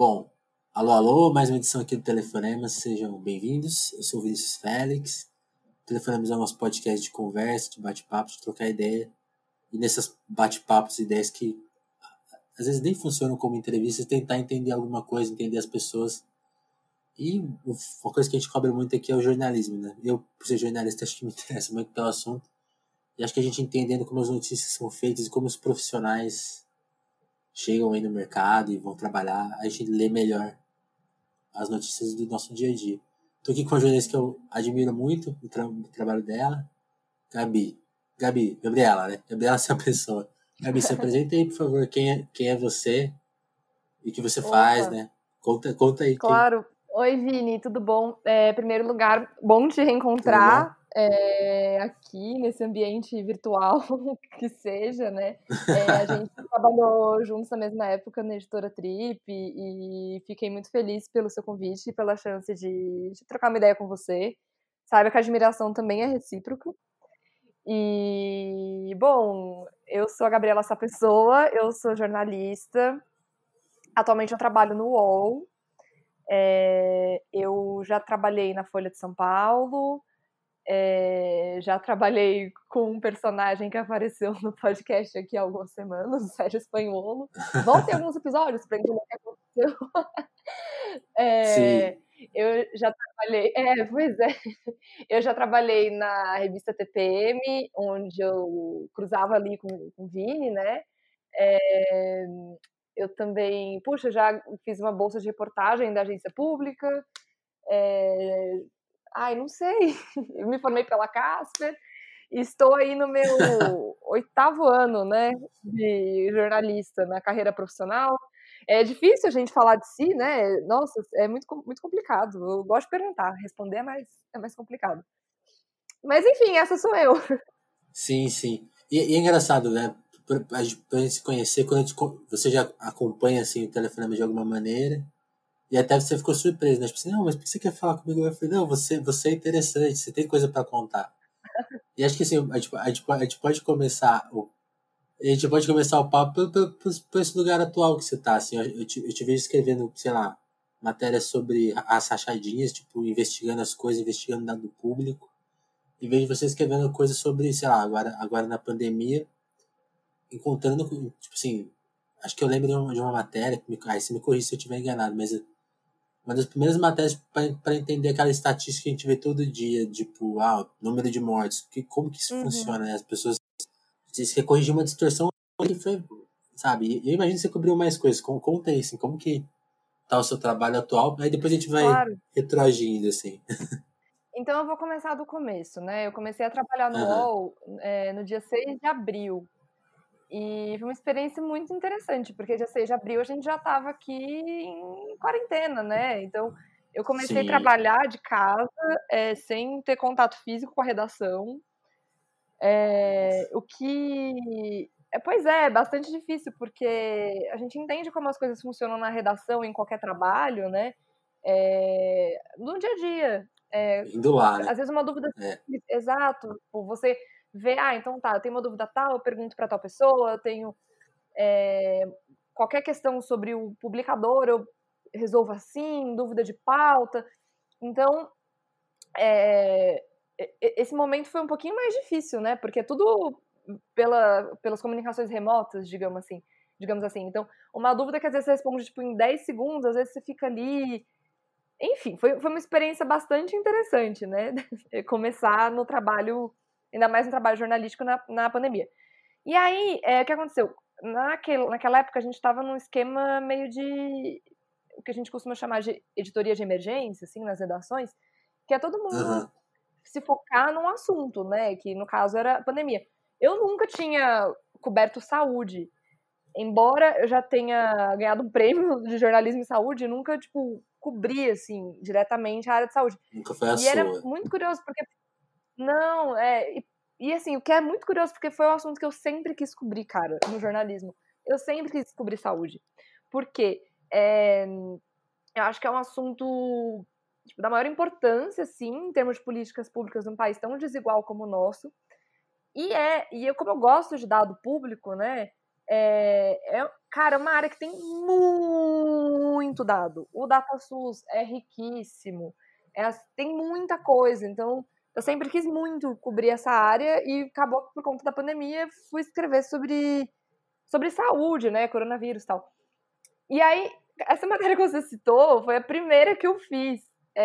Bom, alô, mais uma edição aqui do Telefonemas, sejam bem-vindos. Eu sou o Vinícius Félix. O Telefonemas é o nosso podcast de conversa, de bate-papo, de trocar ideia. E nessas bate-papos, ideias que às vezes nem funcionam como entrevistas, tentar entender alguma coisa, entender as pessoas. E uma coisa que a gente cobra muito aqui é o jornalismo, né? Eu, por ser jornalista, acho que me interessa muito pelo assunto. E acho que a gente entendendo como as notícias são feitas e como os profissionais chegam aí no mercado e vão trabalhar, a gente lê melhor as notícias do nosso dia a dia. Tô aqui com uma jornalista que eu admiro muito o trabalho dela, Gabriela, né? Gabriela é essa pessoa. Gabi, se apresenta aí, por favor, quem é você e o que você faz, Opa, né? Conta aí, claro. Oi, Vini, tudo bom? Em primeiro lugar, bom te tudo bom? reencontrar aqui nesse ambiente virtual, que seja, né? A gente trabalhou juntos na mesma época na editora Trip e fiquei muito feliz pelo seu convite e pela chance de trocar uma ideia com você. Saiba que a admiração também é recíproca. E, bom, eu sou a Gabriela Sapessoa, eu sou jornalista. Atualmente eu trabalho no UOL. Eu já trabalhei na Folha de São Paulo, já trabalhei com um personagem que apareceu no podcast aqui há algumas semanas, o Sérgio Espanholo. Voltem alguns episódios para entender o que aconteceu. Sim. Eu já trabalhei, pois é, eu já trabalhei na revista TPM, onde eu cruzava ali com o Vini, né? É, eu também, puxa, já fiz uma bolsa de reportagem da agência pública. Ai, não sei. Eu me formei pela Casper e estou aí no meu 8º ano, né, de jornalista na carreira profissional. É difícil a gente falar de si, né? Nossa, é muito complicado. Eu gosto de perguntar, responder é mais complicado. Mas enfim, essa sou eu. Sim, sim. E é engraçado, né? Pra gente se conhecer, quando você já acompanha assim, o telefonema de alguma maneira, e até você ficou surpreso, né? Tipo assim, não, mas por que você quer falar comigo? Eu falei, não, você é interessante, você tem coisa para contar. E acho que assim, a gente pode começar o papo por esse lugar atual que você tá, assim, eu te vejo escrevendo, sei lá, matérias sobre as rachadinhas, tipo, investigando as coisas, investigando dado público, e vejo você escrevendo coisas sobre, sei lá, agora na pandemia, encontrando, tipo assim, acho que eu lembro de uma matéria, aí você me corrige se eu estiver enganado, mas uma das primeiras matérias para entender aquela estatística que a gente vê todo dia, tipo, número de mortes, como que isso Uhum. funciona, né? As pessoas você corrigir uma distorção que foi, sabe? Eu imagino que você cobriu mais coisas. Conta aí, assim, como que tá o seu trabalho atual, aí depois a gente vai Claro. retroagindo, assim. Então eu vou começar do começo, né? Eu comecei a trabalhar no Aham. UOL, no dia 6 de abril. E foi uma experiência muito interessante, porque dia 6 de abril a gente já estava aqui em quarentena, né? Então eu comecei a Sim. trabalhar de casa, sem ter contato físico com a redação. O que pois é, bastante difícil, porque a gente entende como as coisas funcionam na redação, em qualquer trabalho, né? No dia a dia. Indo lá, né? Às vezes uma dúvida É. simples, exato, tipo, você vê, então tá, eu tenho uma dúvida tal, eu pergunto para tal pessoa, eu tenho qualquer questão sobre o publicador, eu resolvo assim, dúvida de pauta. Então, esse momento foi um pouquinho mais difícil, né? Porque é tudo pelas comunicações remotas, digamos assim. Então, uma dúvida que às vezes você responde tipo, em 10 segundos, às vezes você fica ali. Enfim, foi uma experiência bastante interessante, né? Começar no trabalho, ainda mais no trabalho jornalístico na pandemia. E aí, o que aconteceu? Naquela época, a gente estava num esquema meio de o que a gente costuma chamar de editoria de emergência, assim, nas redações, que é todo mundo Aham. se focar num assunto, né? Que no caso era pandemia. Eu nunca tinha coberto saúde, embora eu já tenha ganhado um prêmio de jornalismo em saúde, nunca, tipo, cobri, assim, diretamente a área de saúde. Nunca foi a E era sua. muito curioso, porque não, e assim, o que é muito curioso, porque foi o assunto que eu sempre quis cobrir, cara, no jornalismo. Eu sempre quis cobrir saúde. Por quê? Eu acho que é um assunto tipo, da maior importância, sim, em termos de políticas públicas num país tão desigual como o nosso. Como eu gosto de dado público, né? Cara, é uma área que tem muito dado. O DataSUS é riquíssimo, tem muita coisa, então eu sempre quis muito cobrir essa área e acabou que por conta da pandemia fui escrever sobre saúde, né, coronavírus e tal. E aí, essa matéria que você citou foi a primeira que eu fiz.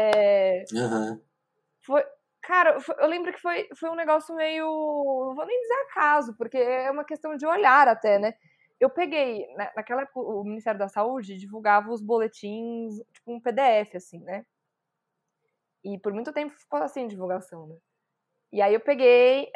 Cara, eu lembro que foi um negócio meio... Não vou nem dizer acaso, porque é uma questão de olhar até, né? Eu peguei... Naquela época, o Ministério da Saúde divulgava os boletins, tipo um PDF, assim, né? E por muito tempo ficou assim, divulgação, né? E aí eu peguei...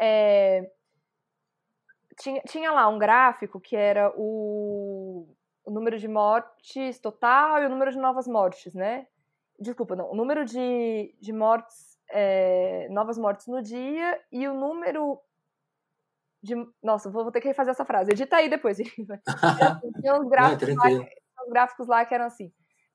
Tinha lá um gráfico que era o número de mortes total e o número de novas mortes, né? Desculpa, não. O número de mortes, novas mortes no dia e o número de... Nossa, vou ter que refazer essa frase. Edita aí depois. Tinha uns gráficos lá que eram assim.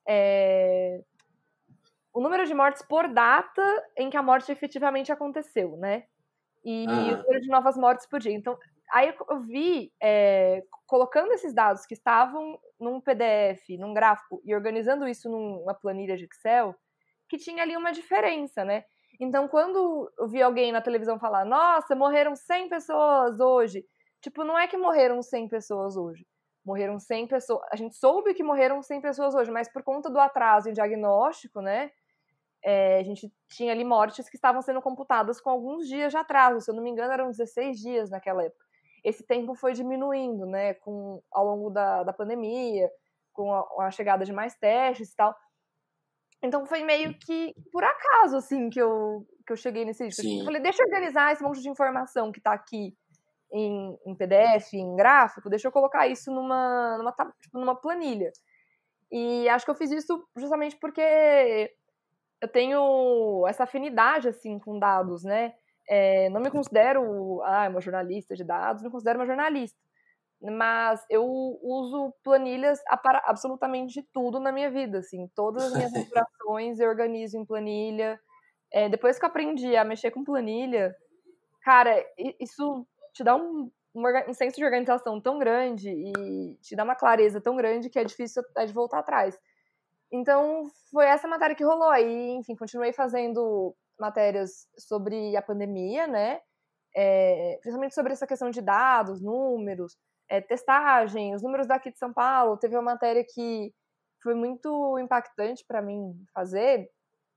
O número de mortes por data em que a morte efetivamente aconteceu, né? E o número de novas mortes por dia. Então, aí eu vi, colocando esses dados que estavam num PDF, num gráfico, e organizando isso numa planilha de Excel, que tinha ali uma diferença, né? Então, quando eu vi alguém na televisão falar, nossa, morreram 100 pessoas hoje, tipo, não é que morreram 100 pessoas hoje. Morreram 100 pessoas. A gente soube que morreram 100 pessoas hoje, mas por conta do atraso em diagnóstico, né? A gente tinha ali mortes que estavam sendo computadas com alguns dias de atraso. Se eu não me engano, eram 16 dias naquela época. Esse tempo foi diminuindo, né, ao longo da pandemia, com a chegada de mais testes e tal. Então foi meio que por acaso, assim, que eu cheguei nesse disco. Eu falei, deixa eu organizar esse monte de informação que tá aqui em PDF, em gráfico, deixa eu colocar isso numa planilha. E acho que eu fiz isso justamente porque eu tenho essa afinidade, assim, com dados, né? Não me considero uma jornalista de dados, não me considero uma jornalista. Mas eu uso planilhas para absolutamente tudo na minha vida, assim. Todas as minhas operações eu organizo em planilha. Depois que eu aprendi a mexer com planilha, cara, isso te dá um senso de organização tão grande e te dá uma clareza tão grande que é difícil até de voltar atrás. Então, foi essa matéria que rolou. Aí, enfim, continuei fazendo matérias sobre a pandemia, né? Principalmente sobre essa questão de dados, números, testagem, os números daqui de São Paulo. Teve uma matéria que foi muito impactante para mim fazer,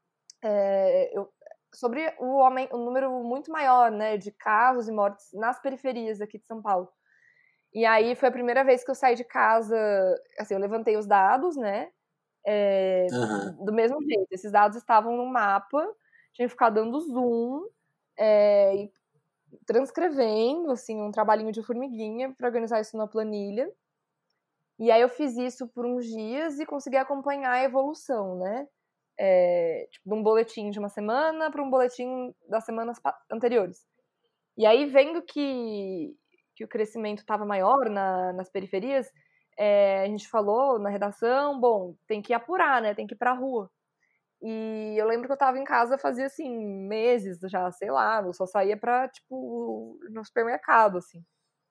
sobre o número muito maior, né, de casos e mortes nas periferias aqui de São Paulo. E aí foi a primeira vez que eu saí de casa, assim, eu levantei os dados, né? Do mesmo jeito, esses dados estavam no mapa, tinha que ficar dando zoom e transcrevendo, assim, um trabalhinho de formiguinha para organizar isso na planilha. E aí eu fiz isso por uns dias e consegui acompanhar a evolução, né? Tipo, de um boletim de uma semana para um boletim das semanas anteriores. E aí, vendo que o crescimento estava maior nas periferias, a gente falou na redação, bom, tem que apurar, né? Tem que ir pra rua. E eu lembro que eu tava em casa fazia, assim, meses já, sei lá, eu só saía pra, tipo, no supermercado, assim.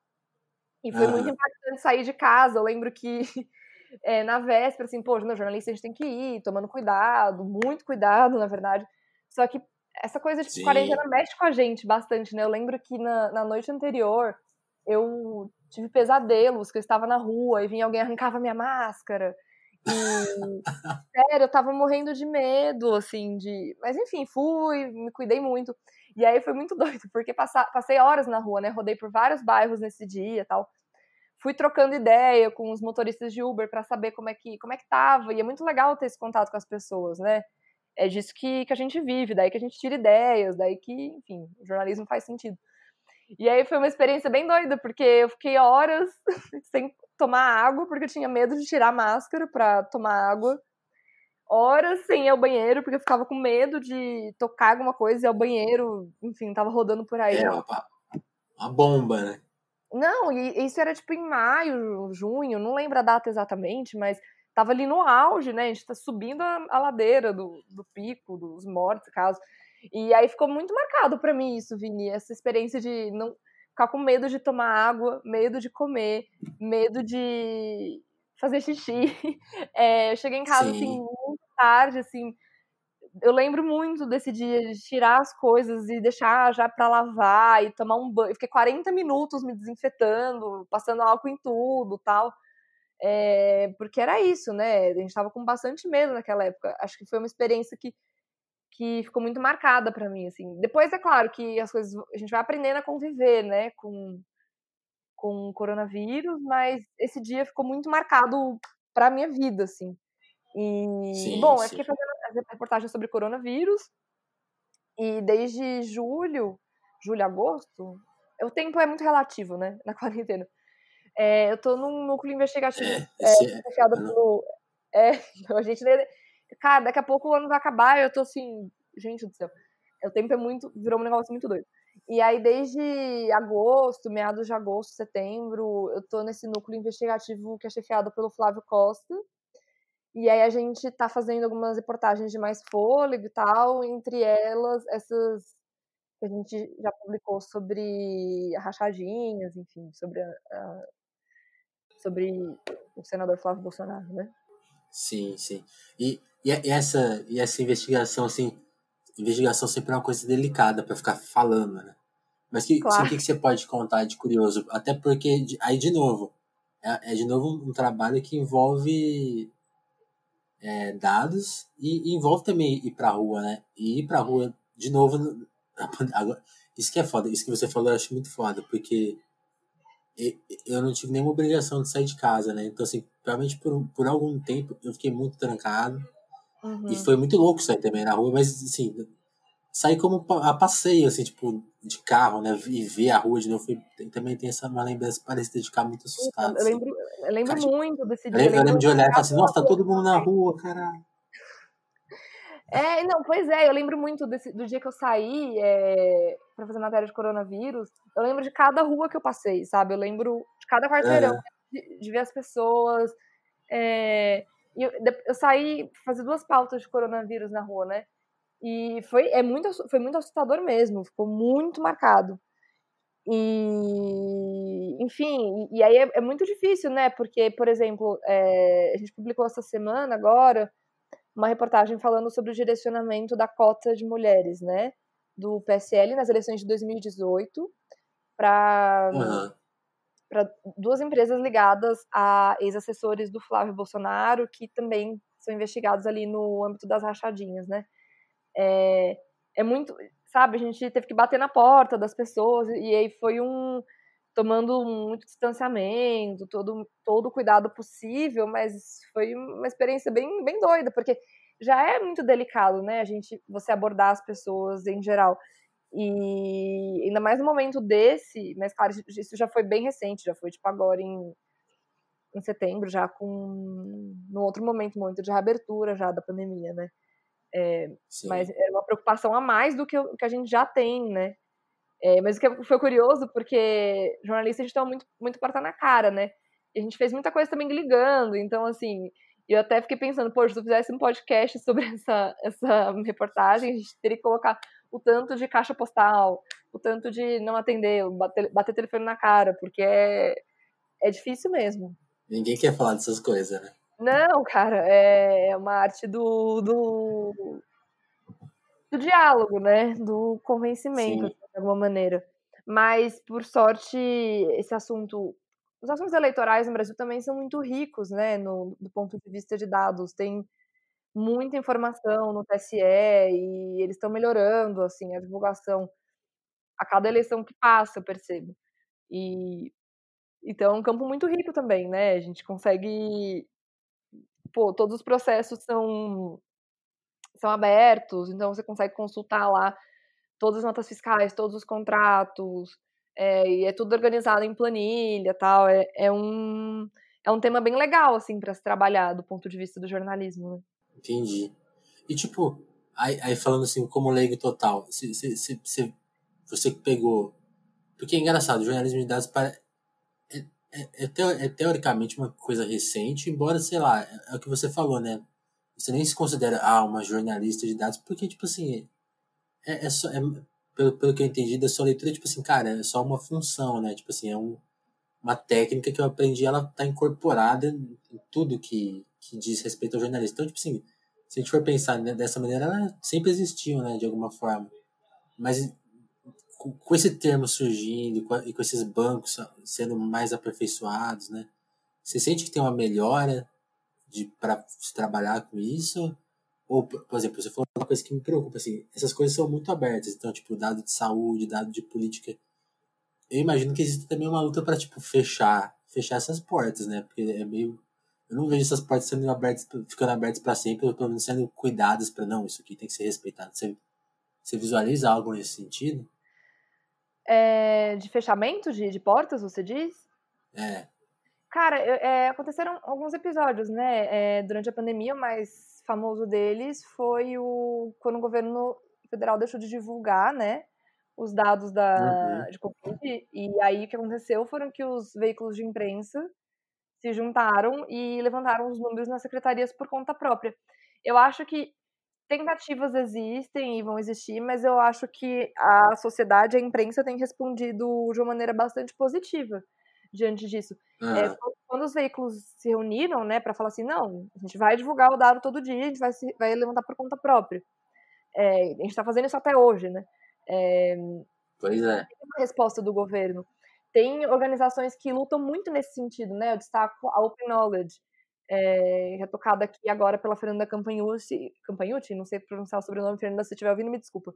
E foi muito impactante sair de casa. Eu lembro que na véspera, assim, pô, no jornalista a gente tem que ir, tomando cuidado, muito cuidado, na verdade. Só que essa coisa de quarentena mexe com a gente bastante, né? Eu lembro que na noite anterior eu tive pesadelos, que eu estava na rua e vinha alguém arrancava minha máscara. E, sério, eu tava morrendo de medo, assim, Mas enfim, me cuidei muito. E aí foi muito doido, porque passei horas na rua, né? Rodei por vários bairros nesse dia e tal. Fui trocando ideia com os motoristas de Uber para saber como é que tava. E é muito legal ter esse contato com as pessoas, né? É disso que a gente vive, daí que a gente tira ideias, daí que, enfim, o jornalismo faz sentido. E aí foi uma experiência bem doida, porque eu fiquei horas sem tomar água, porque eu tinha medo de tirar a máscara para tomar água. Horas sem ir ao banheiro, porque eu ficava com medo de tocar alguma coisa e ir ao banheiro, enfim, tava rodando por aí. Uma bomba, né? Não, e isso era tipo em maio, junho, não lembro a data exatamente, mas tava ali no auge, né? A gente tá subindo a ladeira do pico, dos mortos, casos. E aí ficou muito marcado pra mim isso, Vini, essa experiência de não ficar com medo de tomar água, medo de comer, medo de fazer xixi. Eu cheguei em casa, assim, Sim. muito tarde, assim. Eu lembro muito desse dia de tirar as coisas e deixar já pra lavar e tomar um banho. Eu fiquei 40 minutos me desinfetando, passando álcool em tudo, tal. Porque era isso, né? A gente tava com bastante medo naquela época. Acho que foi uma experiência que ficou muito marcada pra mim, assim. Depois, é claro que as coisas, a gente vai aprendendo a conviver, né, com o coronavírus, mas esse dia ficou muito marcado pra minha vida, assim. E, Sim, bom, eu sim. fiquei fazendo as reportagens sobre coronavírus e desde agosto, o tempo é muito relativo, né, na quarentena. Eu tô num núcleo investigativo, chefiado Eu não- pelo. Então a gente. Cara, daqui a pouco o ano vai acabar e eu tô assim. Gente do céu. O tempo é muito. Virou um negócio muito doido. E aí, desde agosto, meados de agosto, setembro, eu tô nesse núcleo investigativo que é chefiado pelo Flávio Costa. E aí a gente tá fazendo algumas reportagens de mais fôlego e tal, entre elas essas que a gente já publicou sobre rachadinhas, enfim, sobre o senador Flávio Bolsonaro, né? sim, sim. E essa investigação, assim, investigação sempre é uma coisa delicada pra ficar falando, né? Mas assim, o Claro. que você pode contar de curioso? Até porque, aí de novo, é de novo um trabalho que envolve dados e envolve também ir pra rua, né? E ir pra rua, de novo, agora, isso que é foda, isso que você falou eu acho muito foda, porque eu não tive nenhuma obrigação de sair de casa, né? Então, assim, realmente por algum tempo eu fiquei muito trancado e Uhum. foi muito louco sair também na rua, mas, assim, sair como a passeio, assim, tipo, de carro, né? E ver a rua de novo, também tem uma lembrança parecida de ficar muito assustado, Eu assim. lembro, eu lembro Cara, tipo, muito desse eu dia. Eu lembro, eu lembro lembro de olhar e falar assim, cada nossa, tá rua todo que eu mundo na passei. rua, caralho. Não, pois eu lembro muito do dia que eu saí pra fazer matéria de coronavírus. Eu lembro de cada rua que eu passei, sabe? Eu lembro de cada quarteirão, Aham. de ver as pessoas. Eu saí fazer 2 pautas de coronavírus na rua, né? E foi muito assustador mesmo, ficou muito marcado. E, enfim, e aí é muito difícil, né? Porque, por exemplo, a gente publicou essa semana agora uma reportagem falando sobre o direcionamento da cota de mulheres, né? Do PSL nas eleições de 2018 para Aham. 2 empresas ligadas a ex-assessores do Flávio Bolsonaro, que também são investigados ali no âmbito das rachadinhas, né? É muito, sabe, a gente teve que bater na porta das pessoas e aí foi tomando muito distanciamento, todo o cuidado possível, mas foi uma experiência bem, bem doida, porque já é muito delicado, né, você abordar as pessoas em geral. E ainda mais no momento desse, mas claro, isso já foi bem recente, já foi tipo agora em setembro, já no outro momento de reabertura já da pandemia, né? Mas Sim. é uma preocupação a mais do que o que a gente já tem, né? Mas o que foi curioso, porque jornalista a gente toma muito, muito porta na cara, né? E a gente fez muita coisa também ligando, então, assim, eu até fiquei pensando, poxa, se eu fizesse um podcast sobre essa reportagem, a gente teria que colocar o tanto de caixa postal, o tanto de não atender, bater telefone na cara, porque é difícil mesmo. Ninguém quer falar dessas coisas, né? Não, cara, é uma arte do diálogo, né? Do convencimento, Sim. assim, de alguma maneira. Mas, por sorte, os assuntos eleitorais no Brasil também são muito ricos, né? Do ponto de vista de dados. Tem muita informação no TSE e eles estão melhorando, assim, a divulgação a cada eleição que passa, eu percebo. E então é um campo muito rico também, né? A gente consegue, pô, todos os processos são abertos, então você consegue consultar lá todas as notas fiscais, todos os contratos, e é tudo organizado em planilha, tal. É um tema bem legal assim para se trabalhar do ponto de vista do jornalismo, né? Entendi. E tipo, aí falando assim, como leigo total, você que pegou. Porque é engraçado, o jornalismo de dados é teoricamente uma coisa recente, embora, sei lá, é o que você falou, né? Você nem se considera uma jornalista de dados, porque, tipo assim, só. Pelo que eu entendi da sua leitura, tipo assim, cara, é só uma função, né? Tipo assim, uma técnica que eu aprendi, ela tá incorporada em tudo que diz respeito ao jornalista. Então, tipo assim, se a gente for pensar, né, dessa maneira, ela sempre existiu, né, de alguma forma. Mas com esse termo surgindo e com esses bancos sendo mais aperfeiçoados, né, você sente que tem uma melhora para se trabalhar com isso? Ou, por exemplo, você falou uma coisa que me preocupa, assim, essas coisas são muito abertas, então, tipo, dado de saúde, dado de política, eu imagino que existe também uma luta para, tipo, fechar essas portas, né, porque é meio, eu não vejo essas portas sendo abertas, ficando abertas para sempre, ou pelo menos sendo cuidadas para, não, isso aqui tem que ser respeitado. Você visualiza algo nesse sentido? De fechamento de portas, você diz? É. Cara, aconteceram alguns episódios, né? Durante a pandemia, o mais famoso deles foi quando o governo federal deixou de divulgar, né, os dados Uhum. de Covid. E aí o que aconteceu foram que os veículos de imprensa se juntaram e levantaram os números nas secretarias por conta própria. Eu acho que tentativas existem e vão existir, mas eu acho que a sociedade, a imprensa tem respondivai de uma maneira bastante positiva diante disso. Uhum. Quando os veículos se reuniram, né, para falar assim, não, a gente vai divulgar o dado todo dia, a gente vai levantar por conta própria. A gente está fazendo isso até hoje, né? Pois é. A resposta do governo. Tem organizações que lutam muito nesse sentido, né? Eu destaco a Open Knowledge, retocada aqui agora pela Fernanda Campagnuzzi, não sei pronunciar o sobrenome, Fernanda, se estiver ouvindo, me desculpa.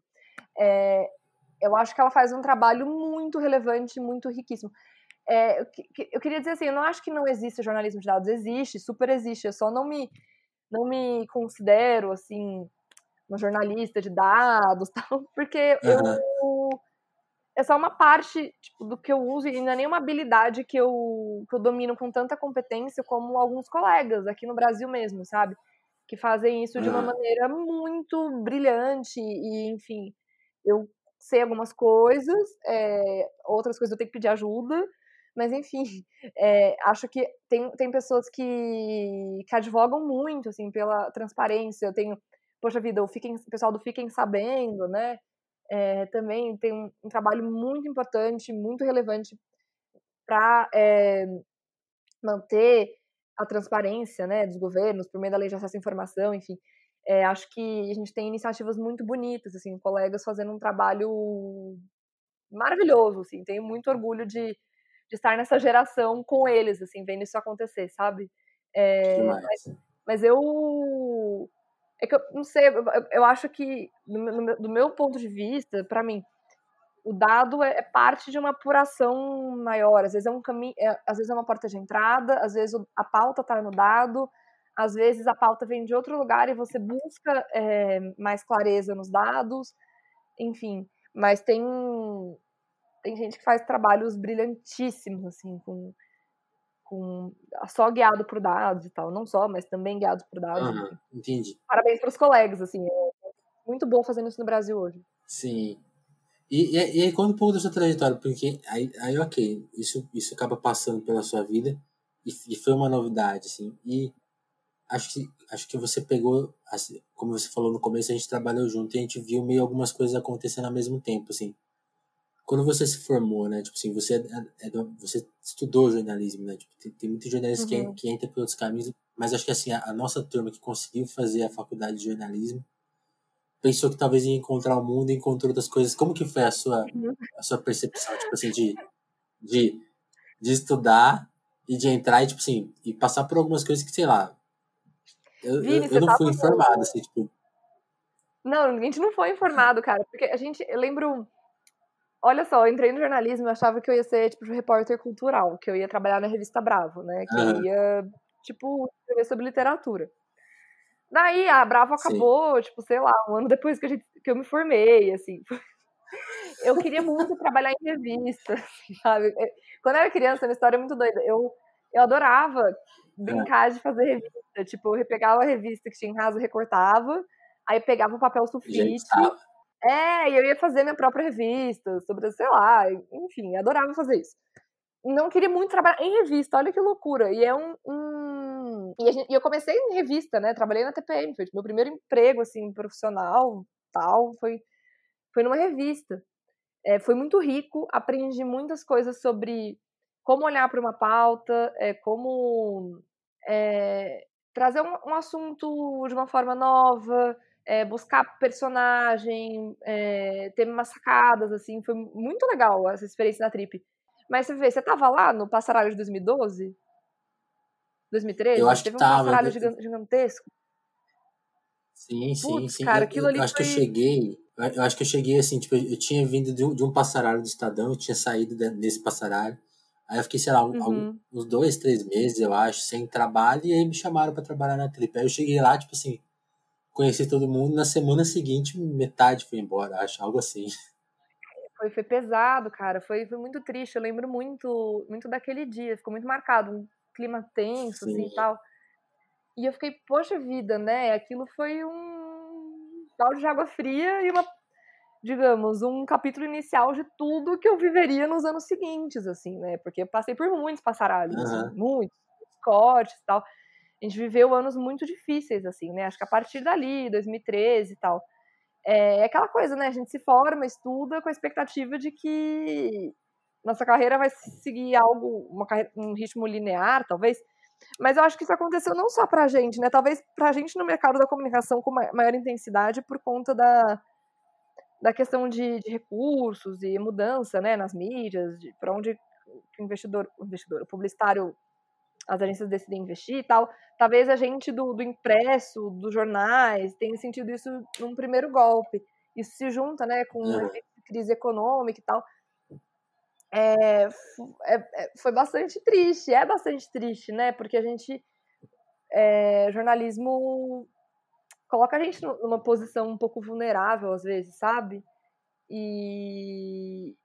Eu acho que ela faz um trabalho muito relevante, muito riquíssimo. Eu queria dizer assim, eu não acho que não existe jornalismo de dados, existe, super existe, eu só não me considero, assim, uma jornalista de dados, tal, porque Uhum. é só uma parte, tipo, do que eu uso e não é nenhuma habilidade que eu domino com tanta competência como alguns colegas aqui no Brasil mesmo, sabe? Que fazem isso de uma Uhum. maneira muito brilhante e, enfim, eu sei algumas coisas, outras coisas eu tenho que pedir ajuda, mas enfim, acho que tem pessoas que advogam muito, assim, pela transparência. Eu tenho, poxa vida, o pessoal do Fiquem Sabendo, né? Também tem um trabalho muito importante, muito relevante para manter a transparência, né, dos governos por meio da lei de acesso à informação, enfim. Acho que a gente tem iniciativas muito bonitas, assim, colegas fazendo um trabalho maravilhoso, assim. Tenho muito orgulho de estar nessa geração com eles, assim, vendo isso acontecer, sabe? Que É, demais. mas é que eu não sei, eu acho que do meu ponto de vista, para mim, o dado é parte de uma apuração maior. Às vezes é um caminho, às vezes é uma porta de entrada, às vezes a pauta está no dado, às vezes a pauta vem de outro lugar e você busca mais clareza nos dados, enfim. Mas tem gente que faz trabalhos brilhantíssimos, assim, com só guiado por dados e tal. Não só, mas também guiados por dados, Uhum. enfim. Entendi. Parabéns para os colegas, assim. É muito bom fazendo isso no Brasil hoje. Sim. E aí, conta um pouco da sua trajetória, porque aí ok, isso acaba passando pela sua vida e foi uma novidade, assim. E acho que você pegou, assim, como você falou no começo, a gente trabalhou junto e a gente viu meio algumas coisas acontecendo ao mesmo tempo, assim. Quando você se formou, né, tipo assim, você estudou jornalismo, né, tipo, tem muitos jornalistas Uhum. que entram por outros caminhos, mas acho que assim, a nossa turma que conseguiu fazer a faculdade de jornalismo pensou que talvez ia encontrar o mundo e encontrou outras coisas. Como que foi a sua percepção, tipo assim, de, de estudar e de entrar e, tipo assim, e passar por algumas coisas que, sei lá, Vini, eu você não tava fui informado, assim, tipo, Não, a gente não foi informado, cara, porque eu lembro, olha só, eu entrei no jornalismo, eu achava que eu ia ser, tipo, repórter cultural, que eu ia trabalhar na revista Bravo, né, que eu aham, ia, tipo, escrever sobre literatura. Daí a Bravo sim, acabou, tipo, sei lá, um ano depois que eu me formei, assim. Eu queria muito trabalhar em revista, assim, sabe? Quando eu era criança, a minha história é muito doida. Eu adorava aham, brincar de fazer revista. Tipo, eu pegava a revista que tinha em casa, recortava, aí pegava o papel já sulfite, estava. e eu ia fazer minha própria revista sobre, sei lá, enfim, adorava fazer isso. Não queria muito trabalhar em revista, olha que loucura. E é e eu comecei em revista, né? Trabalhei na TPM, foi meu primeiro emprego, assim, profissional, tal, foi numa revista. Foi muito rico, aprendi muitas coisas sobre como olhar para uma pauta, como trazer um assunto de uma forma nova, buscar personagem, ter umas sacadas, assim, foi muito legal essa experiência na Trip. Mas você vê, você tava lá no Passaralho de 2012? Eu 2013? acho que Teve um tava. passaralho gigantesco. Sim, sim, Putz, sim. cara, aquilo ali Eu acho que eu foi. cheguei. Eu acho que eu cheguei assim, tipo, eu tinha vindo de um passaralho do Estadão, eu tinha saído desse passaralho. Aí eu fiquei, sei lá, Uhum. uns 2, 3 meses, eu acho, sem trabalho, e aí me chamaram pra trabalhar na Trip. Aí eu cheguei lá, tipo assim, conheci todo mundo, na semana seguinte, metade foi embora, acho, algo assim. Foi pesado, cara. Foi muito triste. Eu lembro muito daquele dia. Ficou muito marcado. Um clima tenso, assim, Sim. e tal. E eu fiquei, poxa vida, né? Aquilo foi um balde de água fria e digamos, um capítulo inicial de tudo que eu viveria nos anos seguintes, assim, né? Porque eu passei por muitos passaralhos, assim, Aham. muitos cortes e tal. A gente viveu anos muito difíceis, assim, né? Acho que a partir dali, 2013 e tal. É aquela coisa, né? A gente se forma, estuda com a expectativa de que nossa carreira vai seguir um ritmo linear, talvez. Mas eu acho que isso aconteceu não só pra gente, né? Talvez pra gente no mercado da comunicação com maior intensidade por conta da questão de recursos e mudança, né, nas mídias, para onde o o publicitário, as agências decidem investir e tal. Talvez a gente do impresso, dos jornais, tenha sentido isso num primeiro golpe. Isso se junta, né, com um Aham. efeito de crise econômica e tal. Foi bastante triste, é bastante triste, né, porque a gente, jornalismo coloca a gente numa posição um pouco vulnerável às vezes, sabe? E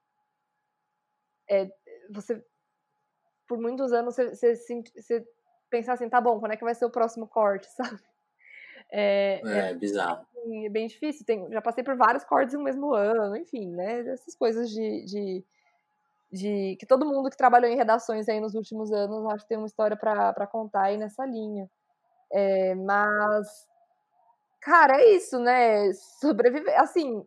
você, por muitos anos, você pensar assim, tá bom, quando é que vai ser o próximo corte, sabe? É bizarro. É bem difícil. Já passei por vários cortes no mesmo ano, enfim, né? Essas coisas de que todo mundo que trabalhou em redações aí nos últimos anos, acho que tem uma história pra contar aí nessa linha. Mas, cara, é isso, né? Sobreviver. Assim,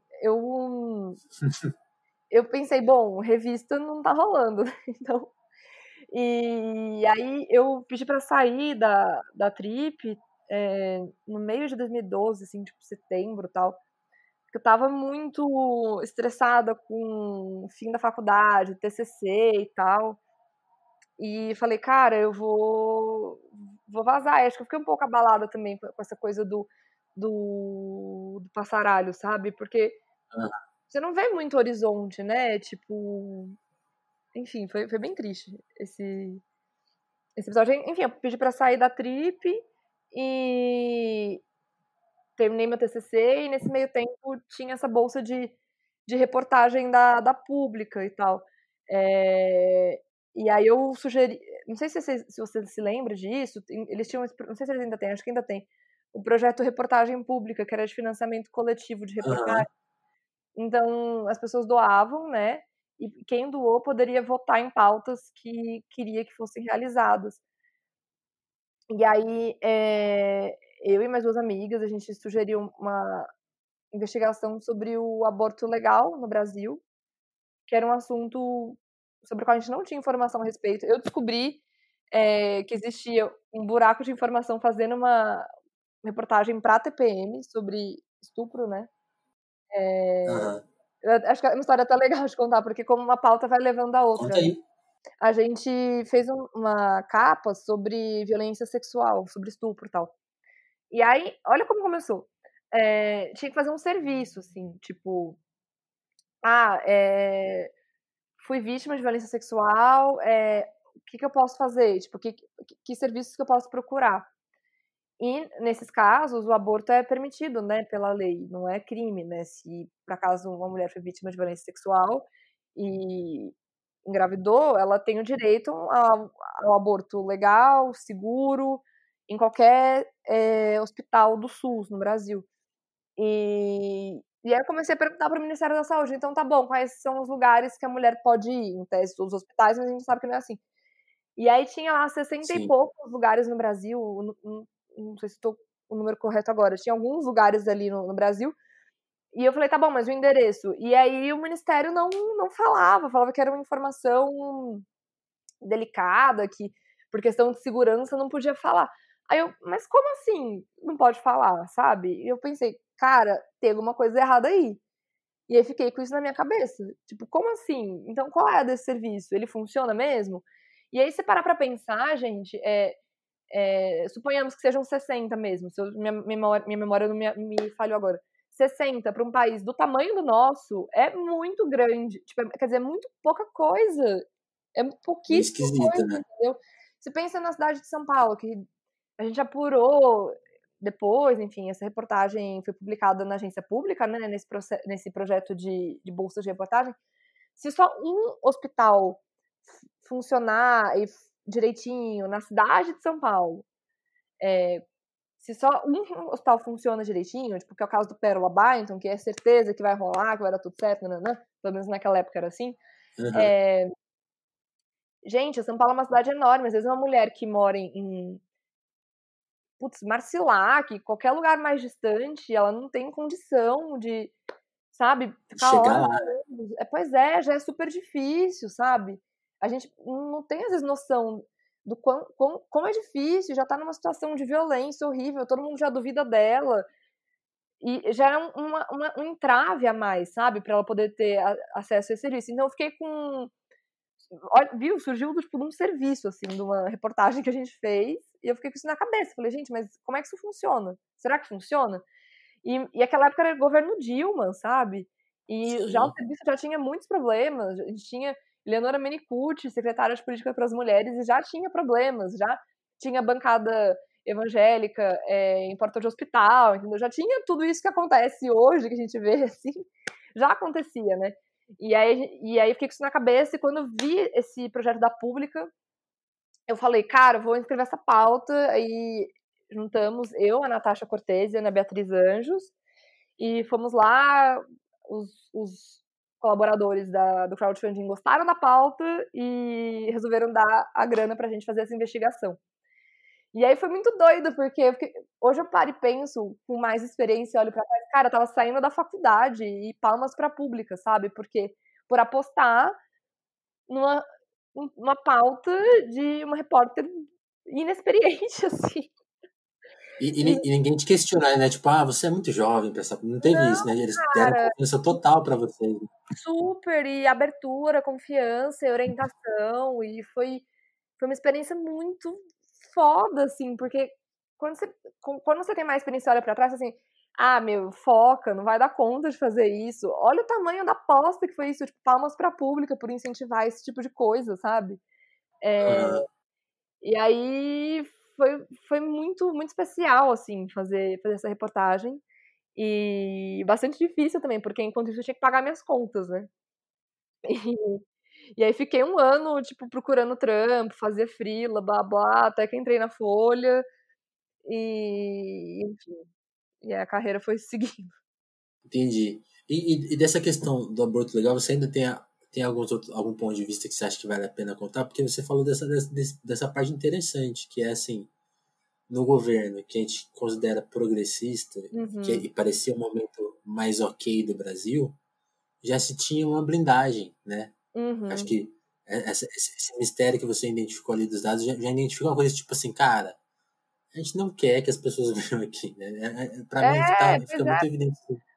eu pensei, bom, revista não tá rolando, né? Então. E aí eu pedi pra sair da Trip no meio de 2012, assim, tipo setembro e tal. Porque eu tava muito estressada com o fim da faculdade, TCC e tal. E falei, cara, vou vazar. E acho que eu fiquei um pouco abalada também com essa coisa do passaralho, sabe? Porque Aham. você não vê muito horizonte, né? Tipo, enfim, foi bem triste esse episódio. Enfim, eu pedi pra sair da Trip e terminei meu TCC e nesse meio tempo tinha essa bolsa de reportagem da Pública e tal. E aí eu sugeri, não sei se você se lembra disso, eles tinham, não sei se eles ainda têm, acho que ainda tem, o projeto Reportagem Pública, que era de financiamento coletivo de reportagem. Aham. Então as pessoas doavam, né? E quem doou poderia votar em pautas que queria que fossem realizadas. E aí, eu e mais duas amigas, a gente sugeriu uma investigação sobre o aborto legal no Brasil, que era um assunto sobre o qual a gente não tinha informação a respeito. Eu descobri que existia um buraco de informação fazendo uma reportagem para a TPM sobre estupro, né? Aham. Eu acho que é uma história até legal de contar, porque como uma pauta vai levando a outra, Conta né? aí. A gente fez uma capa sobre violência sexual, sobre estupro e tal. E aí, olha como começou. Tinha que fazer um serviço, assim, tipo, ah, fui vítima de violência sexual, o que eu posso fazer? Tipo, que serviços que eu posso procurar? E, nesses casos, o aborto é permitido, né, pela lei, não é crime, né? Se, por acaso, uma mulher foi vítima de violência sexual e engravidou, ela tem o direito ao aborto legal, seguro, em qualquer hospital do SUS no Brasil. E aí eu comecei a perguntar para o Ministério da Saúde, então tá bom, quais são os lugares que a mulher pode ir? Em tese, todos os hospitais, mas a gente sabe que não é assim. E aí tinha lá 60 e Sim. poucos lugares no Brasil, não sei se estou o número correto agora, tinha alguns lugares ali no Brasil, e eu falei, tá bom, mas o endereço? E aí o Ministério não falava que era uma informação delicada, que por questão de segurança, não podia falar. Aí mas como assim não pode falar, sabe? E eu pensei, cara, tem alguma coisa errada aí. E aí fiquei com isso na minha cabeça. Tipo, como assim? Então qual é desse serviço? Ele funciona mesmo? E aí, se parar pra pensar, gente, suponhamos que sejam 60 mesmo, se minha memória não me falhou agora. 60 para um país do tamanho do nosso é muito grande. Tipo, quer dizer, é muito pouca coisa. É Meio pouquíssima esquisito, coisa, né? entendeu? Você pensa na cidade de São Paulo, que a gente apurou depois, enfim, essa reportagem foi publicada na agência pública, né, nesse projeto de bolsa de reportagem. Se só um hospital funcionar direitinho na cidade de São Paulo, se só um hospital funciona direitinho, tipo, que é o caso do Pérola Byington, que é certeza que vai rolar, que vai dar tudo certo, nananã, pelo menos naquela época era assim. Uhum. Gente, São Paulo é uma cidade enorme, às vezes uma mulher que mora em Marcilac, qualquer lugar mais distante, ela não tem condição de, sabe, ficar Chegar horas lá. andando. Pois é, já é super difícil, sabe? A gente não tem, às vezes, noção do como é difícil, já tá numa situação de violência horrível, todo mundo já duvida dela. E já é um entrave a mais, sabe? Pra ela poder ter acesso a esse serviço. Então eu fiquei com. Viu? Surgiu tipo, de um serviço, assim, de uma reportagem que a gente fez, e eu fiquei com isso na cabeça. Falei, gente, mas como é que isso funciona? Será que funciona? E aquela época era governo Dilma, sabe? E já o Sim. serviço já tinha muitos problemas. A gente tinha Eleonora Menicucci, secretária de Política para as Mulheres, e já tinha problemas, já tinha bancada evangélica em porta de hospital, entendeu? Já tinha tudo isso que acontece hoje, que a gente vê, assim, já acontecia, né? E aí eu fiquei com isso na cabeça, e quando eu vi esse projeto da Pública, eu falei, cara, eu vou escrever essa pauta, aí juntamos eu, a Natasha Cortez e a Ana Beatriz Anjos, e fomos lá, os colaboradores do crowdfunding gostaram da pauta e resolveram dar a grana pra gente fazer essa investigação. E aí foi muito doido, porque hoje eu paro e penso com mais experiência, olho pra trás, cara, eu tava saindo da faculdade e palmas pra Pública, sabe? Porque por apostar numa, numa pauta de uma repórter inexperiente, assim. E ninguém te questionou, né? Tipo, você é muito jovem pra essa. Não teve isso, né? Eles deram Cara, confiança total pra vocês. super, e abertura, confiança e orientação, e foi uma experiência muito foda, assim, porque quando você tem mais experiência e olha pra trás, assim, meu, foca, não vai dar conta de fazer isso. Olha o tamanho da aposta que foi isso, tipo, palmas pra Pública por incentivar esse tipo de coisa, sabe? Aham. E aí foi muito, muito especial, assim, fazer essa reportagem. E bastante difícil também, porque enquanto isso eu tinha que pagar minhas contas, né? E aí fiquei um ano, tipo, procurando trampo, fazer freela, blá blá, até que entrei na Folha enfim, e a carreira foi seguindo. Entendi. E dessa questão do aborto legal, você ainda tem algum ponto de vista que você acha que vale a pena contar? Porque você falou dessa parte interessante, que é assim, no governo, que a gente considera progressista, Uhum, e parecia o momento mais ok do Brasil, já se tinha uma blindagem, né? Acho uhum. que esse mistério que você identificou ali dos dados já identificou uma coisa tipo assim, cara, a gente não quer que as pessoas vejam aqui, né? Pra mim Pois fica é. muito evidente.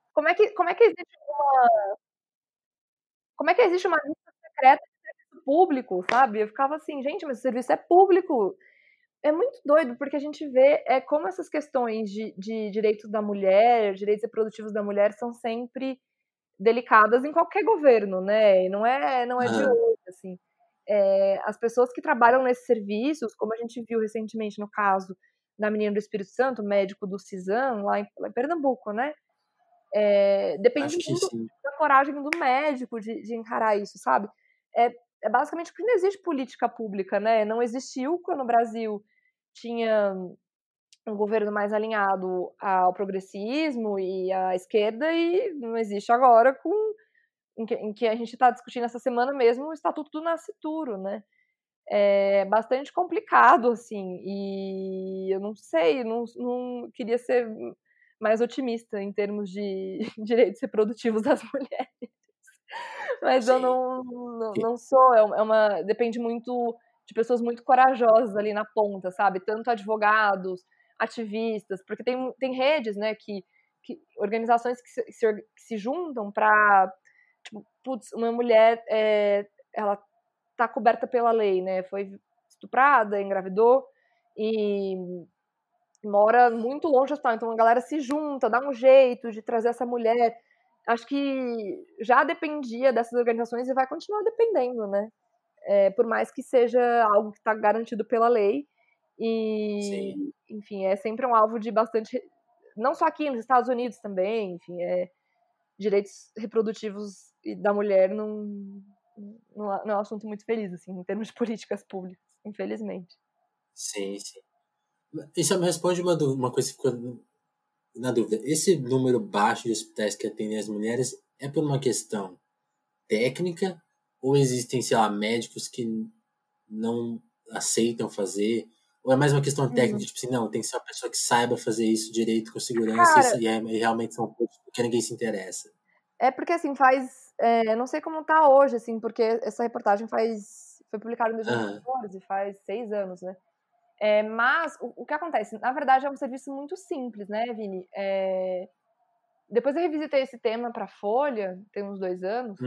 Como é que existe uma lista secreta de serviço público, sabe? Eu ficava assim, gente, mas o serviço é público. É muito doido, porque a gente vê como essas questões de direitos da mulher, direitos reprodutivos da mulher, são sempre delicadas em qualquer governo, né? E não é de Aham. hoje, assim. As pessoas que trabalham nesses serviços, como a gente viu recentemente no caso da menina do Espírito Santo, médico do CISAM, lá em Pernambuco, né? Depende Acho que muito sim. da coragem do médico de encarar isso, sabe? É, é basicamente porque não existe política pública, né? Não existiu quando o Brasil tinha um governo mais alinhado ao progressismo e à esquerda, e não existe agora em que a gente está discutindo essa semana mesmo o Estatuto do Nascituro, né? É bastante complicado, assim, e eu não sei, não queria ser mais otimista em termos de direitos reprodutivos das mulheres, mas eu Sim. não sou, depende muito de pessoas muito corajosas ali na ponta, sabe? Tanto advogados, ativistas, porque tem redes, né, organizações que se juntam para, tipo, putz, uma mulher, ela tá coberta pela lei, né? Foi estuprada, engravidou e mora muito longe do hospital. Então a galera se junta, dá um jeito de trazer essa mulher. Acho que já dependia dessas organizações e vai continuar dependendo, né? Por mais que seja algo que está garantido pela lei. E, Sim. enfim, é sempre um alvo de bastante. Não só aqui nos Estados Unidos também, enfim, direitos reprodutivos da mulher não é um assunto muito feliz, assim, em termos de políticas públicas, infelizmente. Sim, sim. Isso me responde uma coisa que ficou na dúvida. Esse número baixo de hospitais que atendem as mulheres é por uma questão técnica ou existem, sei lá, médicos que não aceitam fazer? Ou é mais uma questão técnica, tipo assim, não, tem que ser uma pessoa que saiba fazer isso direito, com segurança, Cara, e realmente são poucos porque ninguém se interessa. é porque, assim, não sei como tá hoje, assim, porque essa reportagem foi publicada em Aham. 2014, faz 6 anos, né? Mas o que acontece? Na verdade, é um serviço muito simples, né, Vini? Depois eu revisitei esse tema para a Folha, tem uns 2 anos,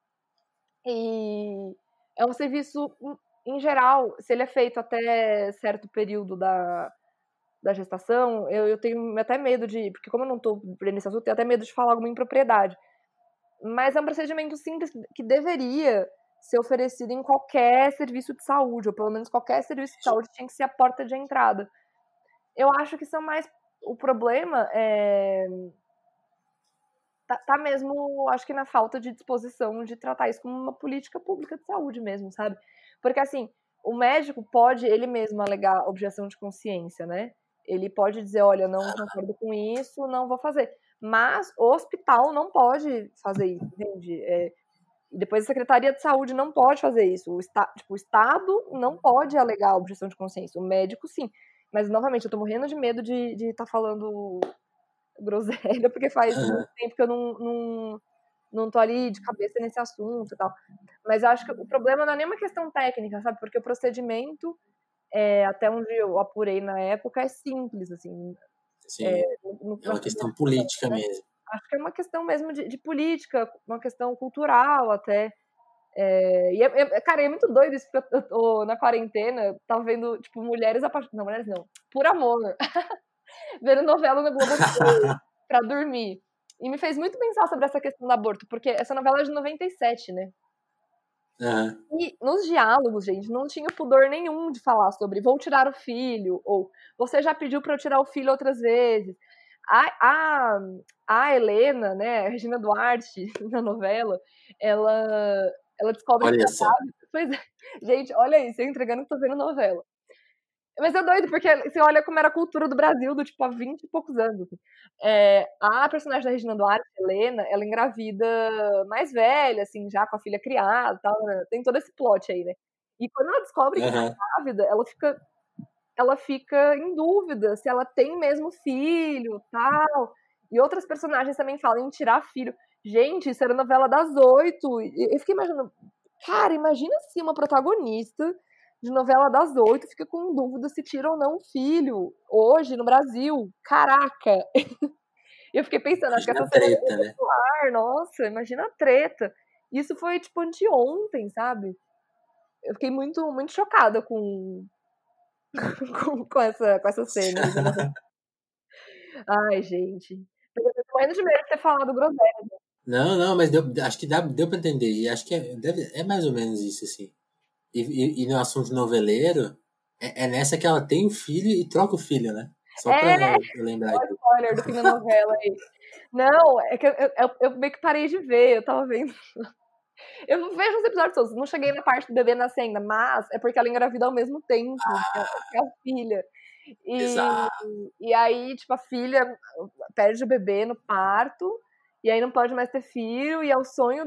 e é um serviço, em geral, se ele é feito até certo período da gestação, eu tenho até medo porque como eu não estou nesse assunto, eu tenho até medo de falar alguma impropriedade. Mas é um procedimento simples que deveria ser oferecido em qualquer serviço de saúde, ou pelo menos qualquer serviço de saúde tinha que ser a porta de entrada. Eu acho que o problema tá mesmo, acho que na falta de disposição de tratar isso como uma política pública de saúde mesmo, sabe? Porque, assim, o médico pode ele mesmo alegar objeção de consciência, né? Ele pode dizer, olha, não concordo com isso, não vou fazer. Mas o hospital não pode fazer isso, entende? Depois a Secretaria de Saúde não pode fazer isso. O Estado não pode alegar objeção de consciência. O médico, sim. Mas, novamente, eu tô morrendo de medo de estar falando groselha, porque faz muito tempo que eu não tô ali de cabeça nesse assunto e tal. Mas eu acho que o problema não é nenhuma questão técnica, sabe? Porque o procedimento, até onde eu apurei na época, é simples, assim. Sim. É Na uma primeira questão instância, política né? mesmo. Acho que é uma questão mesmo de política, uma questão cultural até. Cara, é muito doido isso, porque eu tô na quarentena, tava vendo, tipo, mulheres apaixonadas. Não, mulheres não. Por amor. Vendo novela no Globoplay pra dormir. E me fez muito pensar sobre essa questão do aborto, porque essa novela é de 97, né? Aham. E nos diálogos, gente, não tinha pudor nenhum de falar sobre vou tirar o filho, ou você já pediu pra eu tirar o filho outras vezes. A, a Helena, né, a Regina Duarte, na novela, ela descobre que Olha tá só. grávida. Pois é, gente, olha isso, eu entregando que tô vendo novela. Mas é doido, porque você olha como era a cultura do Brasil, do tipo, há 20 e poucos anos. Assim. A personagem da Regina Duarte, Helena, ela engravida mais velha, assim, já com a filha criada e tal, né? Tem todo esse plot aí, né? E quando ela descobre que tá Aham. grávida, ela fica em dúvida se ela tem mesmo filho tal. E outras personagens também falam em tirar filho. Gente, isso era novela das 8. Eu fiquei imaginando, cara, imagina se uma protagonista de novela das 8 fica com dúvida se tira ou não um filho hoje no Brasil. Caraca! Eu fiquei pensando, acho que Imagina essa a semana treta, é né? popular, nossa, imagina a treta. Isso foi tipo anteontem, sabe? Eu fiquei muito, muito chocada com essa cena aí da novela. Ai, gente. Eu tô morrendo de medo de ter falado groselha. Não, não, mas acho que deu pra entender. E acho que é mais ou menos isso, assim. E no assunto noveleiro, é nessa que ela tem o filho e troca o filho, né? Só pra É, eu lembrar olha o aqui. spoiler do fim da novela aí. Não, é que eu meio que parei de ver, eu tava vendo. Eu vejo os episódios todos, não cheguei na parte do bebê nascer ainda, mas é porque ela engravida ao mesmo tempo que a filha. E, Exato. e aí, tipo, a filha perde o bebê no parto, e aí não pode mais ter filho, e é o sonho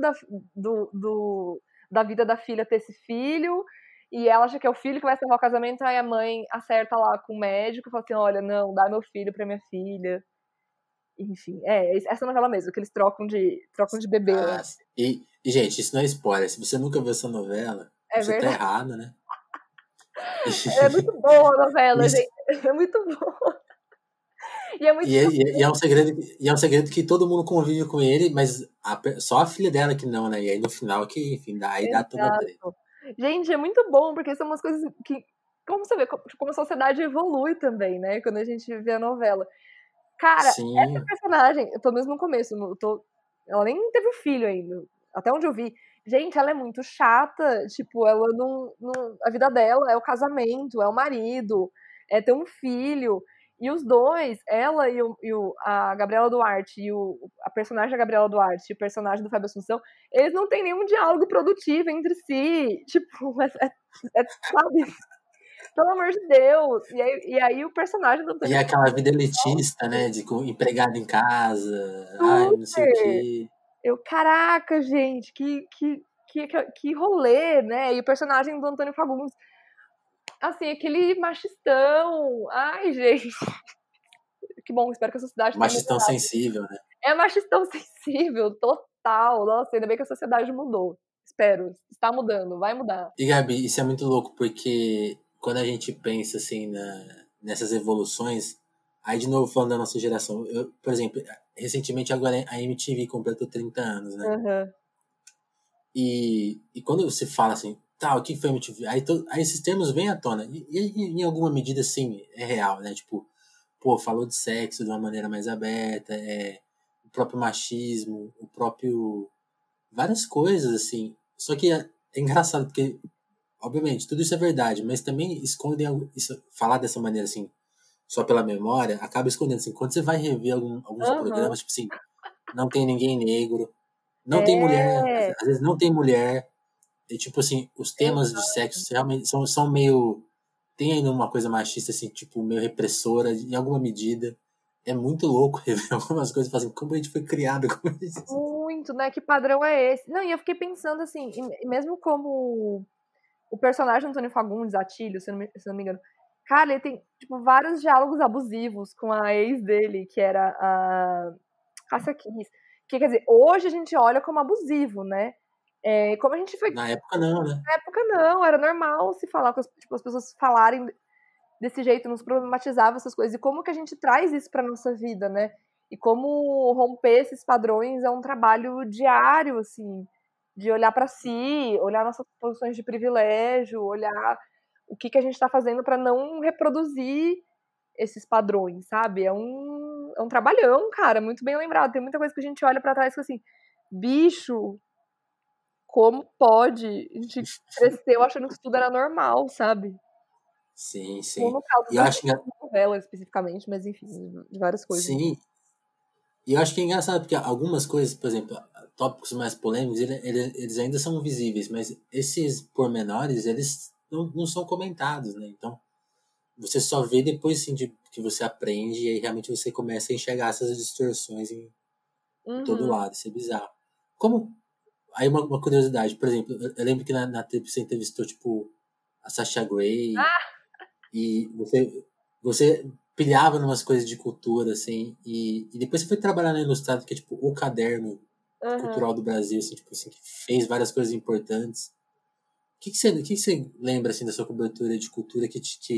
da vida da filha ter esse filho, e ela acha que é o filho que vai salvar o casamento, aí a mãe acerta lá com o médico e fala assim, olha, não, dá meu filho pra minha filha. Enfim, essa novela mesmo, que eles trocam de bebê lá. Ah, gente, isso não é spoiler. Se você nunca viu essa novela, É você tá verdade. errado, né? É muito boa a novela, Isso, gente. É muito boa. E é muito e é um segredo que todo mundo convive com ele, mas só a filha dela que não, né? E aí no final que, enfim, aí dá toda a treta. exato. Gente, é muito bom, porque são umas coisas que, como você vê, como a sociedade evolui também, né? Quando a gente vê a novela. Cara, essa Sim, personagem, eu tô mesmo no começo, ela nem teve filho ainda, até onde eu vi. Gente, ela é muito chata, tipo, ela a vida dela é o casamento, é o marido, é ter um filho. E os dois, ela a Gabriela Duarte a personagem da Gabriela Duarte e o personagem do Fábio Assunção, eles não têm nenhum diálogo produtivo entre si. Tipo, sabe? Pelo amor de Deus. E aí o personagem do e Antônio é aquela Fagundes, vida elitista, né? De empregado em casa, ai, não sei o super. quê. Caraca, gente, que rolê, né? E o personagem do Antônio Fagundes, assim, aquele machistão. Ai, gente, que bom, espero que a sociedade tenha Machistão mudado. sensível, né? É machistão sensível, total. Nossa, ainda bem que a sociedade mudou. Espero, está mudando, vai mudar. E Gabi, isso é muito louco, porque quando a gente pensa assim nessas evoluções, aí de novo falando da nossa geração, por exemplo, recentemente agora a MTV completou 30 anos, né? Uhum. E quando você fala assim, tá, o que foi a MTV? Aí esses termos vêm à tona. E em alguma medida, sim, é real, né? Tipo, pô, falou de sexo de uma maneira mais aberta, o próprio machismo, o próprio. Várias coisas, assim. Só que é engraçado, porque obviamente, tudo isso é verdade, mas também escondem isso, falar dessa maneira assim, só pela memória, acaba escondendo assim, quando você vai rever alguns Aham. programas, tipo assim, não tem ninguém negro, não tem mulher, É, às vezes não tem mulher, e tipo assim, os temas de exato. sexo realmente são meio, tem ainda uma coisa machista assim, tipo, meio repressora em alguma medida. É muito louco rever algumas coisas e falar assim, como a gente foi criado com isso. Muito, né? Que padrão é esse? Não, e eu fiquei pensando assim, e mesmo como o personagem Antônio Fagundes, Atílio, se eu não me engano, cara, ele tem, tipo, vários diálogos abusivos com a ex dele, que era a Cássia Kiss. Que, quer dizer, hoje a gente olha como abusivo, né? Como a gente foi. Na época não, né? Na época, não, era normal se falar, tipo, as pessoas falarem desse jeito, nos problematizava essas coisas. E como que a gente traz isso pra nossa vida, né? E como romper esses padrões é um trabalho diário, assim, de olhar para si, olhar nossas posições de privilégio, olhar o que a gente está fazendo para não reproduzir esses padrões, sabe? É um trabalhão, cara, muito bem lembrado. Tem muita coisa que a gente olha para trás que assim, bicho, como pode? A gente cresceu achando que isso tudo era normal, sabe? Sim, Ou sim. no caso E eu da acho novela especificamente, mas enfim, de várias coisas. sim, e eu acho que é engraçado, porque algumas coisas, por exemplo, tópicos mais polêmicos, eles ainda são visíveis, mas esses pormenores, eles não são comentados, né? Então, você só vê depois assim, que você aprende e aí realmente você começa a enxergar essas distorções em todo Uhum. lado. Isso é bizarro. Como. Aí uma curiosidade, por exemplo, eu lembro que na trip você entrevistou, tipo, a Sasha Grey, e você pilhava numas coisas de cultura, assim, e depois você foi trabalhar na Ilustrado, que é tipo o caderno Aham. cultural do Brasil, assim, tipo assim, que fez várias coisas importantes. O que você lembra, assim, da sua cobertura de cultura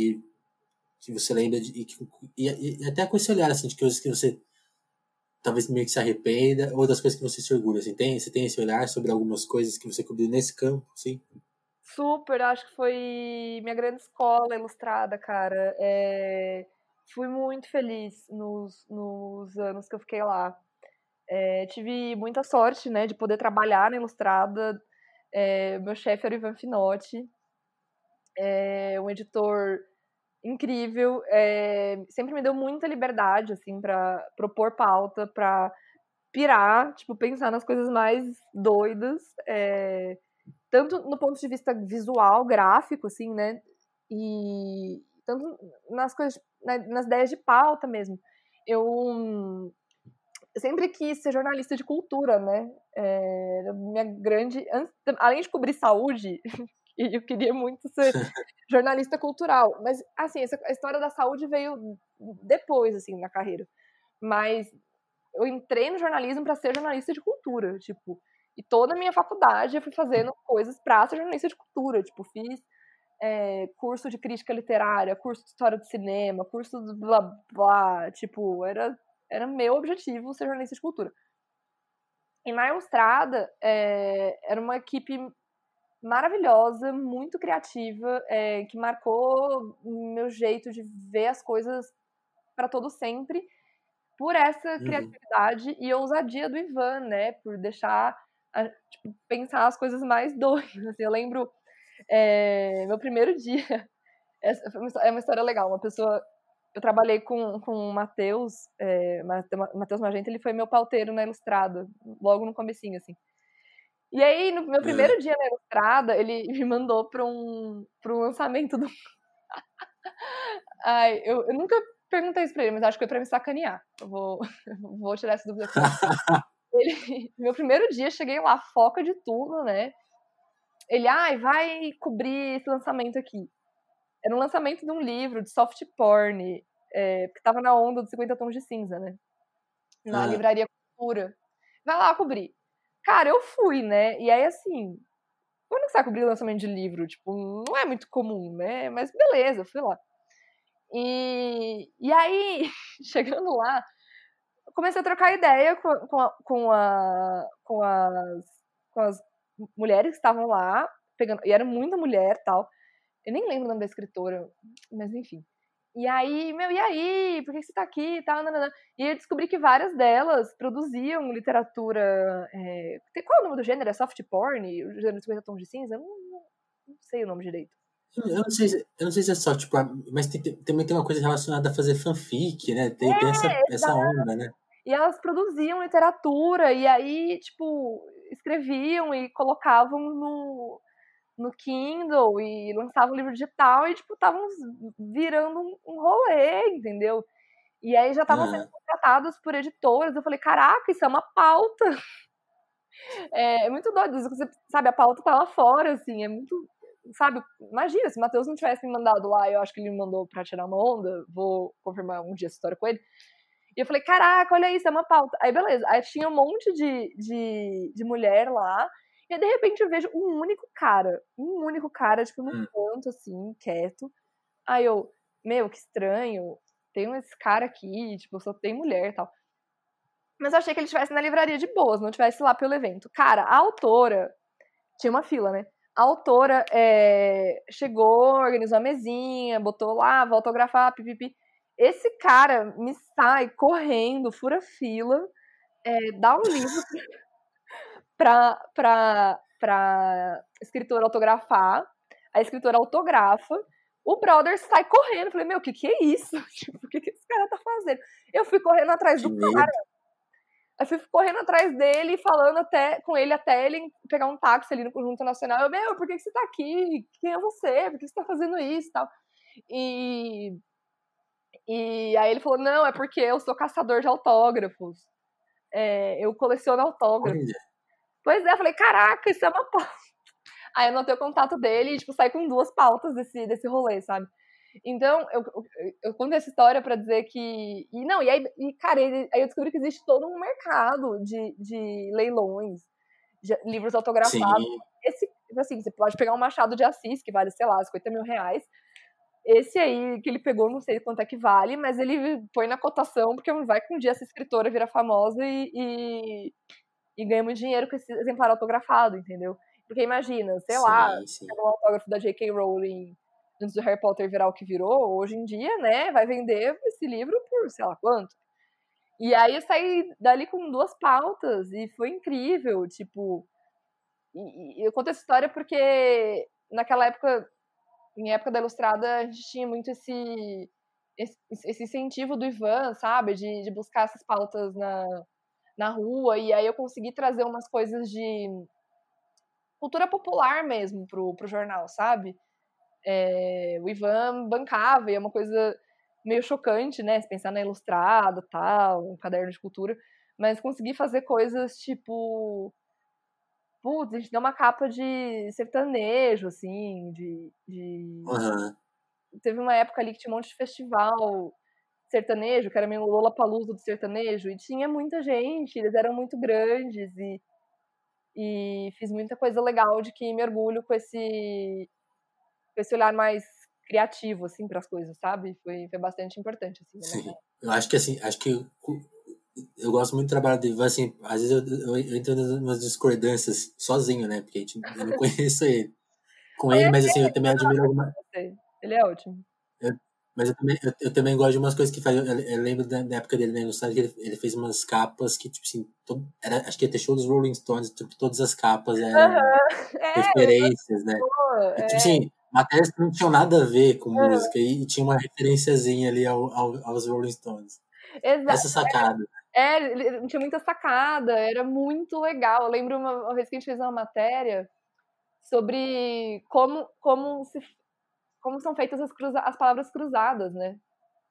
que você lembra e até com esse olhar, assim, de coisas que você talvez meio que se arrependa, ou das coisas que você se orgulha, assim, você tem esse olhar sobre algumas coisas que você cobriu nesse campo, assim? Super, acho que foi minha grande escola ilustrada, cara. Fui muito feliz nos anos que eu fiquei lá. Tive muita sorte, né, de poder trabalhar na Ilustrada. Meu chefe era o Ivan Finotti, um editor incrível. Sempre me deu muita liberdade, assim, para propor pauta, para pirar, tipo, pensar nas coisas mais doidas. Tanto no ponto de vista visual, gráfico, assim, né? E tanto nas coisas, nas ideias de pauta mesmo. Eu sempre quis ser jornalista de cultura, né? Minha grande. Além de cobrir saúde, eu queria muito ser jornalista cultural. Mas, assim, a história da saúde veio depois, assim, na carreira. Mas eu entrei no jornalismo para ser jornalista de cultura, tipo. E toda a minha faculdade eu fui fazendo coisas pra ser jornalista de cultura. Tipo, fiz curso de crítica literária, curso de história do cinema, curso de blá blá, tipo, era meu objetivo ser jornalista de cultura. E na Ilustrada, era uma equipe maravilhosa, muito criativa, que marcou meu jeito de ver as coisas para todo sempre, por essa criatividade e ousadia do Ivan, né? Por deixar, pensar as coisas mais doidas. Assim, eu lembro, meu primeiro dia, é uma história legal, uma pessoa... Eu trabalhei com o Matheus Magenta, ele foi meu pauteiro na Ilustrada, logo no comecinho, assim. E aí, no meu primeiro dia na Ilustrada, ele me mandou para um lançamento do... Ai, eu nunca perguntei isso pra ele, mas acho que foi pra me sacanear. Eu vou tirar essa dúvida com ele. Meu primeiro dia, cheguei lá, foca de tudo, né? Ele, vai cobrir esse lançamento aqui. Era um lançamento de um livro de soft porn, que tava na onda dos 50 Tons de Cinza, né? Na Livraria Cultura. Vai lá cobrir. Cara, eu fui, né? E aí, assim, quando você vai cobrir lançamento de livro, tipo, não é muito comum, né? Mas beleza, fui lá. E aí, chegando lá, comecei a trocar ideia com as mulheres que estavam lá, e era muita mulher e tal. Eu nem lembro o nome da escritora, mas enfim. E aí, e aí? Por que você tá aqui e tal? Nanana. E eu descobri que várias delas produziam literatura... Qual é o nome do gênero? É soft porn? O gênero de 50 Tons de Cinza? Eu não sei o nome direito. Eu não sei se é só, tipo, mas também tem uma coisa relacionada a fazer fanfic, né? Tem essa onda, né? E elas produziam literatura, e aí, tipo, escreviam e colocavam no Kindle e lançavam livro digital e, tipo, estavam virando um rolê, entendeu? E aí já estavam sendo contratados por editoras. Eu falei, caraca, isso é uma pauta. É muito doido. Você sabe, a pauta tá lá fora, assim, é muito... Sabe, imagina, se o Matheus não tivesse me mandado lá, eu acho que ele me mandou pra tirar uma onda, vou confirmar um dia essa história com ele. E eu falei, caraca, olha isso, é uma pauta. Aí beleza, aí tinha um monte de mulher lá, e aí de repente eu vejo um único cara, tipo, num canto, assim, quieto. Aí eu, meu, que estranho, tem esse cara aqui, tipo, só tem mulher e tal. Mas eu achei que ele estivesse na livraria de boas, não estivesse lá pelo evento. Cara, a autora, tinha uma fila, né? A autora chegou, organizou a mesinha, botou lá, vou autografar, pipipi. Esse cara me sai correndo, fura fila, dá um livro pra escritora autografar, a escritora autografa, o brother sai correndo. Falei, meu, o que é isso? Tipo, o que esse cara tá fazendo? Eu fui correndo atrás do cara. Eu fui correndo atrás dele, falando com ele até ele pegar um táxi ali no Conjunto Nacional. Eu, meu, por que você tá aqui? Quem é você? Por que você tá fazendo isso e tal? E aí ele falou, não, é porque eu sou caçador de autógrafos. Eu coleciono autógrafos. Olha. Pois é, eu falei, caraca, isso é uma pauta. Aí eu anotei o contato dele e, tipo, saí com 2 pautas desse rolê, sabe? Então, eu conto essa história pra dizer que... Cara, aí eu descobri que existe todo um mercado de leilões, de livros autografados. Assim, você pode pegar um Machado de Assis, que vale, sei lá, 50 mil reais. Esse aí que ele pegou, não sei quanto é que vale, mas ele põe na cotação, porque vai que um dia essa escritora vira famosa e ganha muito dinheiro com esse exemplar autografado, entendeu? Porque imagina, sei lá, um autógrafo da J.K. Rowling antes do Harry Potter virar o que virou, hoje em dia, né, vai vender esse livro por sei lá quanto. E aí eu saí dali com 2 pautas e foi incrível, tipo... E eu conto essa história porque naquela época, em época da Ilustrada, a gente tinha muito esse incentivo do Ivan, sabe, de buscar essas pautas na rua, e aí eu consegui trazer umas coisas de cultura popular mesmo pro jornal, sabe? O Ivan bancava, e é uma coisa meio chocante, né? Se pensar na Ilustrada, tal, um caderno de cultura, mas consegui fazer coisas tipo... Putz, a gente deu uma capa de sertanejo, assim, Teve uma época ali que tinha um monte de festival sertanejo, que era meio Lollapalooza do sertanejo, e tinha muita gente, eles eram muito grandes, e fiz muita coisa legal de que me orgulho com esse com esse olhar mais criativo, assim, para as coisas, sabe? Foi bastante importante, assim. Sim. Eu acho que, assim, eu gosto muito do trabalho do Ivan, assim, às vezes eu entro em umas discordâncias sozinho, né? Porque eu não conheço ele. Com ele, mas assim, eu também admiro alguma. Ele é ótimo. Mas eu também gosto de umas coisas que faz. Eu lembro da época dele na Ilustrado que ele fez umas capas que, tipo assim, acho que ia ter show dos Rolling Stones, tipo, todas as capas eram referências, né? E, tipo assim, matérias que não tinham nada a ver com música e tinha uma referenciazinha ali aos Rolling Stones. Exato. Essa sacada. Ele tinha muita sacada, era muito legal. Eu lembro uma vez que a gente fez uma matéria sobre como são feitas as palavras cruzadas, né?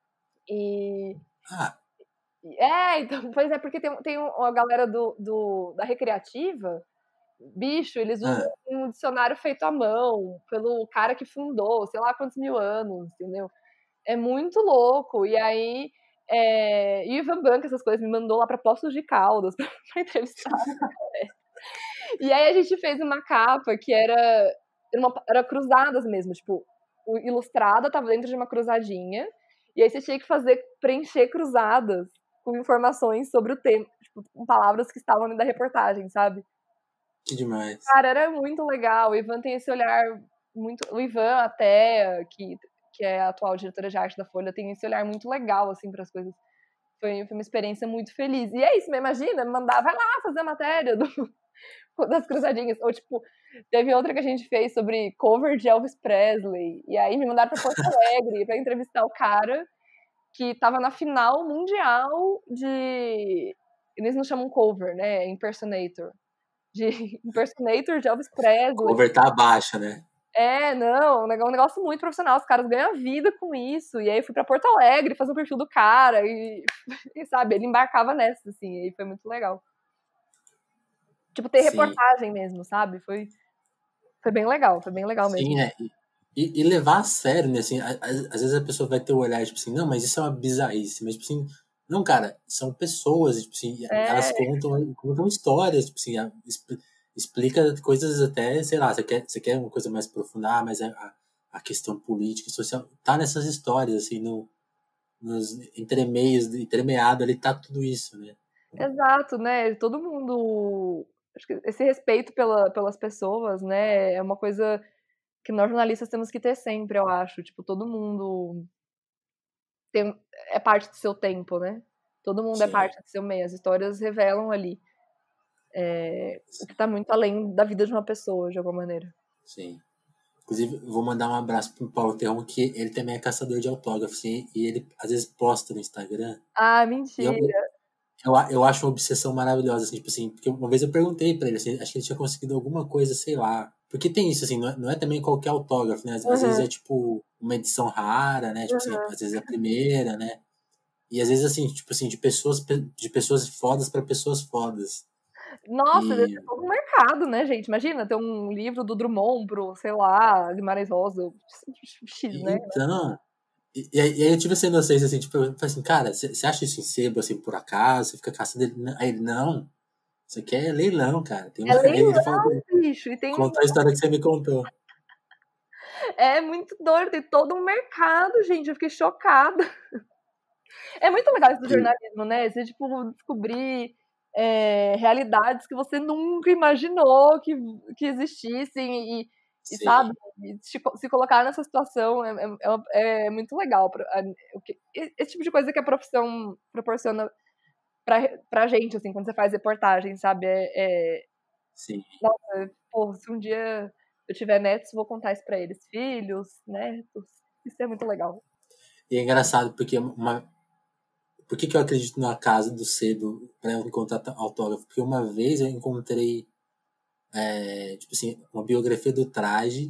Então, pois é, porque tem a galera da recreativa, bicho, eles usam um dicionário feito à mão, pelo cara que fundou, sei lá quantos mil anos, entendeu? É muito louco. E aí, e o Ivan Banca, essas coisas, me mandou lá pra Poços de Caldas pra entrevistar. E aí a gente fez uma capa que era cruzadas mesmo, tipo, o ilustrada tava dentro de uma cruzadinha, e aí você tinha que preencher cruzadas com informações sobre o tema, tipo, com palavras que estavam dentro da reportagem, sabe? Que demais. Cara, era muito legal. O Ivan tem esse olhar muito. O Ivan, até, que é a atual diretora de arte da Folha, tem esse olhar muito legal, assim, para as coisas. Foi uma experiência muito feliz. E é isso, imagina, mandar, vai lá fazer a matéria das cruzadinhas. Ou, tipo, teve outra que a gente fez sobre cover de Elvis Presley. E aí me mandaram para Porto Alegre para entrevistar o cara que tava na final mundial de. Eles não chamam cover, né? Impersonator. De impersonator de Elvis Presley. Cover tá abaixo, né? Não, um negócio muito profissional. Os caras ganham vida com isso. E aí eu fui pra Porto Alegre fazer o perfil do cara. E sabe, ele embarcava nessa, assim. E aí foi muito legal. Tipo, ter reportagem mesmo, sabe? Foi bem legal mesmo. Sim, né? E levar a sério, né? Assim, às vezes a pessoa vai ter o olhar, tipo assim, não, mas isso é uma bizarrice. Mas, tipo assim, não, cara, são pessoas, tipo assim, elas contam histórias, tipo assim, explica coisas até, sei lá, você quer uma coisa mais profunda, mas a questão política e social tá nessas histórias, assim, nos entremeado ali tá tudo isso, né? Exato, né? Todo mundo. Acho que esse respeito pelas pessoas, né? É uma coisa que nós jornalistas temos que ter sempre, eu acho. Tipo, todo mundo é parte do seu tempo, né? Todo mundo é parte do seu meio. As histórias revelam ali o que tá muito além da vida de uma pessoa, de alguma maneira. Sim. Inclusive, vou mandar um abraço pro Paulo Terron, que ele também é caçador de autógrafos, e ele às vezes posta no Instagram. Ah, mentira! Eu acho uma obsessão maravilhosa, assim, tipo assim, porque uma vez eu perguntei pra ele, assim, acho que ele tinha conseguido alguma coisa, sei lá. Porque tem isso, assim, não é também qualquer autógrafo, né? Às vezes é, tipo, uma edição rara, né? Tipo assim, às vezes é a primeira, né? E às vezes, assim, tipo assim, de pessoas fodas pra pessoas fodas. Nossa, deve ser todo um mercado, né, gente? Imagina ter um livro do Drummond pro, sei lá, Guimarães Rosa, X, né? Então... E aí eu tive essa inocência, assim, tipo, eu falei assim, cara, você acha isso em sebo, assim, por acaso? Você fica caçando ele? Aí ele, não, isso aqui é leilão, cara. Leilão, ele falou, bicho. E tem conta a história que você me contou. É muito doido, tem todo um mercado, gente. Eu fiquei chocada. É muito legal isso do jornalismo, né? Você, tipo, descobrir realidades que você nunca imaginou que existissem e sabe, se colocar nessa situação é muito legal. Esse tipo de coisa que a profissão proporciona pra gente, assim, quando você faz reportagem, sabe? Sim. Nossa, pô, se um dia eu tiver netos, vou contar isso pra eles. Filhos, netos, isso é muito legal. E é engraçado, porque por que eu acredito na casa do sebo pra eu encontrar autógrafo? Porque uma vez eu encontrei, tipo assim, uma biografia do Traje.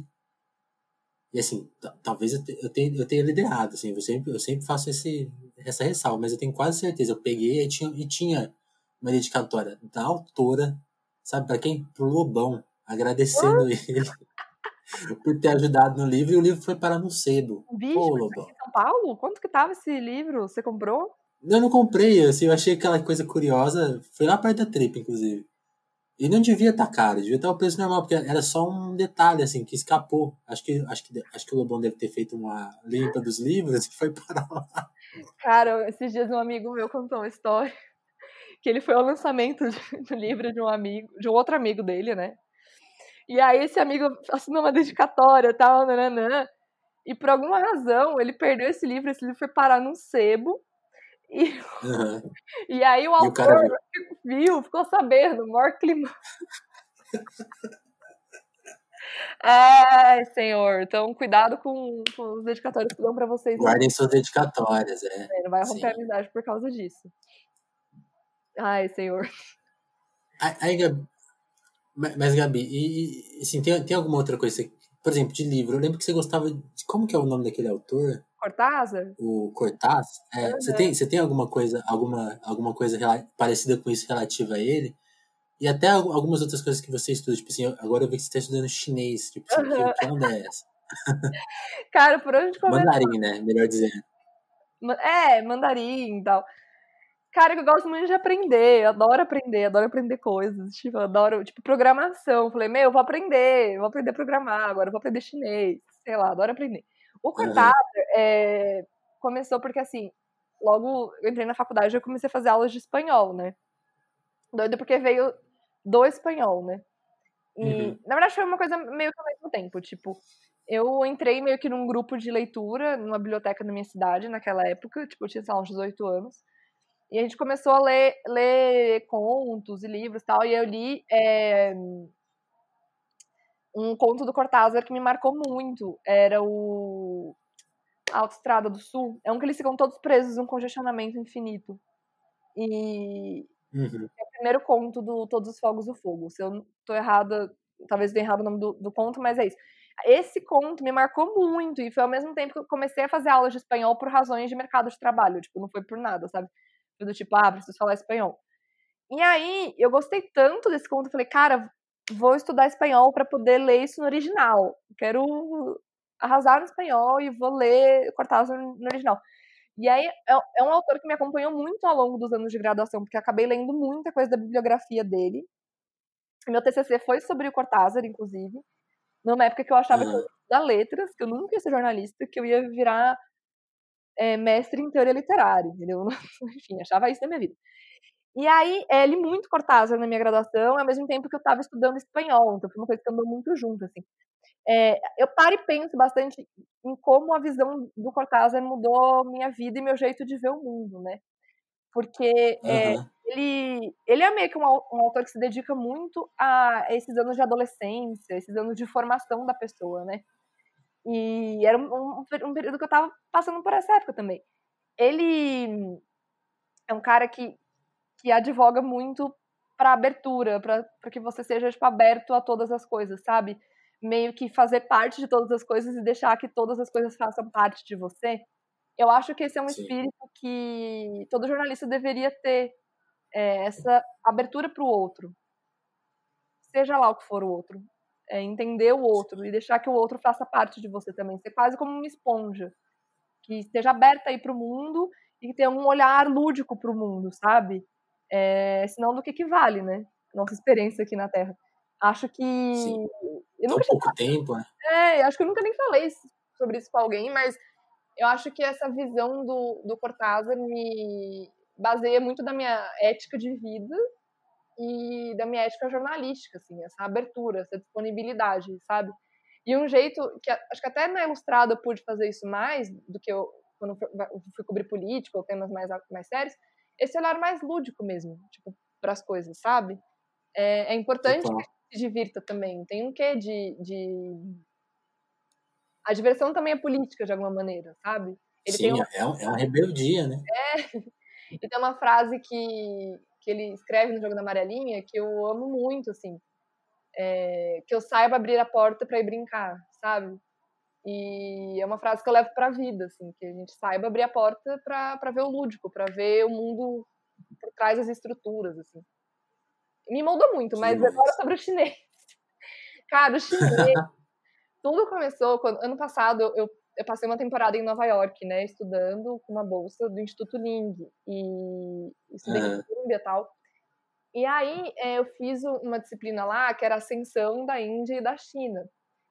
E assim, talvez eu tenha liderado, assim, eu sempre faço essa ressalva, mas eu tenho quase certeza. Eu peguei e tinha uma dedicatória da autora, sabe para quem? Pro Lobão, agradecendo ele por ter ajudado no livro, e o livro foi parar no sebo. Bicho, Pô, mas Lobão. aqui em São Paulo? Quanto que tava esse livro? Você comprou? Eu não comprei, assim, eu achei aquela coisa curiosa, foi lá perto da Trip, inclusive. E não devia estar caro, devia estar o preço normal, porque era só um detalhe, assim, que escapou. Acho que o Lobão deve ter feito uma limpa dos livros e foi parar lá. Cara, esses dias um amigo meu contou uma história que ele foi ao lançamento do livro de um amigo, de um outro amigo dele, né? E aí esse amigo assinou uma dedicatória e tal, nananã. E por alguma razão ele perdeu esse livro foi parar num sebo. E, Uhum. e aí o E o cara autor viu. ficou sabendo, maior clima. Ai, senhor. Então, cuidado com os dedicatórios que dão pra vocês aí. Guardem suas dedicatórias, Não vai romper a sim. amizade por causa disso. Ai, senhor. Aí, Gabi, mas Gabi, assim, tem alguma outra coisa, por exemplo, de livro, eu lembro que você gostava de, como que é o nome daquele autor? Cortázar? O Cortázar? Você tem alguma coisa, alguma coisa parecida com isso relativa a ele? E até algumas outras coisas que você estuda, tipo assim, agora eu vi que você está estudando chinês, tipo assim, que onda é essa? Cara, por onde começar? Mandarim, né? Melhor dizendo. Mandarim e tal. Cara, eu gosto muito de aprender, eu adoro aprender coisas, tipo, eu adoro, tipo, programação. Falei, eu vou aprender a programar, agora eu vou aprender chinês, sei lá, adoro aprender. O Cortázar Aham, começou porque, assim, logo eu entrei na faculdade e eu comecei a fazer aulas de espanhol, né? Doido porque veio do espanhol, né? E, uhum, na verdade, foi uma coisa meio que ao mesmo tempo, tipo, eu entrei meio que num grupo de leitura, numa biblioteca na minha cidade, naquela época, tipo, eu tinha, sei lá, uns 18 anos. E a gente começou a ler contos e livros e tal, e eu li um conto do Cortázar que me marcou muito. Era o A Autoestrada do Sul. É um que eles ficam todos presos num congestionamento infinito. E uhum, é o primeiro conto do Todos os Fogos do Fogo. Se eu não tô errada, talvez tenha errado o nome do conto, mas é isso. Esse conto me marcou muito, e foi ao mesmo tempo que eu comecei a fazer aulas de espanhol por razões de mercado de trabalho. Tipo, não foi por nada, sabe? Foi do tipo, preciso falar espanhol. E aí, eu gostei tanto desse conto, eu falei, cara, vou estudar espanhol para poder ler isso no original. Quero arrasar no espanhol e vou ler Cortázar no original. E aí, é um autor que me acompanhou muito ao longo dos anos de graduação, porque acabei lendo muita coisa da bibliografia dele. Meu TCC foi sobre o Cortázar, inclusive, numa época que eu achava que eu aham, ia estudar letras, que eu nunca ia ser jornalista, que eu ia virar mestre em teoria literária, entendeu? Enfim, achava isso na minha vida. E aí, li muito Cortázar na minha graduação, ao mesmo tempo que eu estava estudando espanhol, então foi uma coisa que andou muito junto, assim. Eu paro e penso bastante em como a visão do Cortázar mudou minha vida e meu jeito de ver o mundo, né? Porque aham, ele é meio que um autor que se dedica muito a esses anos de adolescência, esses anos de formação da pessoa, né? E era um período que eu estava passando por essa época também. Ele é um cara que advoga muito para abertura, para que você seja tipo, aberto a todas as coisas, sabe? Meio que fazer parte de todas as coisas e deixar que todas as coisas façam parte de você. Eu acho que esse é um sim, espírito que todo jornalista deveria ter, essa abertura para o outro, seja lá o que for o outro. Entender o outro e deixar que o outro faça parte de você também. Ser quase como uma esponja, que esteja aberta aí para o mundo e que tenha um olhar lúdico para o mundo, sabe? Senão do que vale, né? Nossa experiência aqui na Terra. Acho que. sim. Eu nunca Tão pouco tempo, né? acho que eu nunca nem falei sobre isso com alguém, mas eu acho que essa visão do Cortázar me baseia muito da minha ética de vida e da minha ética jornalística, assim, essa abertura, essa disponibilidade, sabe? E um jeito que acho que até na Ilustrada eu pude fazer isso mais do que eu quando eu fui cobrir política ou temas mais sérios, esse olhar mais lúdico mesmo, tipo, para as coisas, sabe? É importante que a Total. gente se divirta também. Tem um quê de. A diversão também é política, de alguma maneira, sabe? Ele tem Sim, uma, é uma rebeldia, né? ele tem uma frase que ele escreve no Jogo da Amarelinha que eu amo muito, assim. Que eu saiba abrir a porta para ir brincar, sabe? E é uma frase que eu levo pra vida, assim, que a gente saiba abrir a porta pra ver o lúdico, pra ver o mundo por trás das estruturas, assim. Me moldou muito, Que mas agora demais. sobre o chinês. Cara, o chinês, tudo começou quando, ano passado, eu passei uma temporada em Nova York, né, estudando com uma bolsa do Instituto Ling, e estudei em Aham, Colômbia e tal. E aí eu fiz uma disciplina lá que era a ascensão da Índia e da China.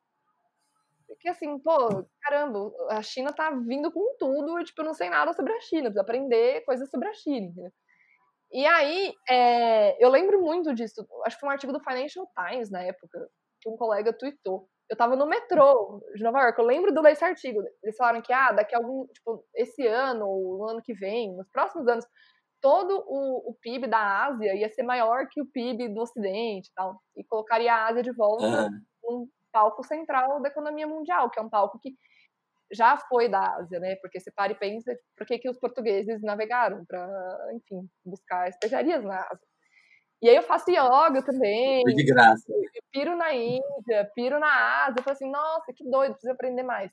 Porque assim, pô, caramba, a China tá vindo com tudo, e, tipo, eu não sei nada sobre a China, preciso aprender coisas sobre a China, entendeu? E aí, eu lembro muito disso, acho que foi um artigo do Financial Times na época, que um colega tweetou. Eu tava no metrô de Nova York, eu lembro de ler esse artigo. Eles falaram que, daqui a tipo, esse ano, ou no ano que vem, nos próximos anos, todo o PIB da Ásia ia ser maior que o PIB do Ocidente e tal. E colocaria a Ásia de volta num palco central da economia mundial, que é um palco que já foi da Ásia, né? Porque você para e pensa por que os portugueses navegaram para, enfim, buscar especiarias na Ásia. E aí eu faço yoga também. Foi de graça. Eu piro na Índia, piro na Ásia. Eu falo assim, nossa, que doido, preciso aprender mais.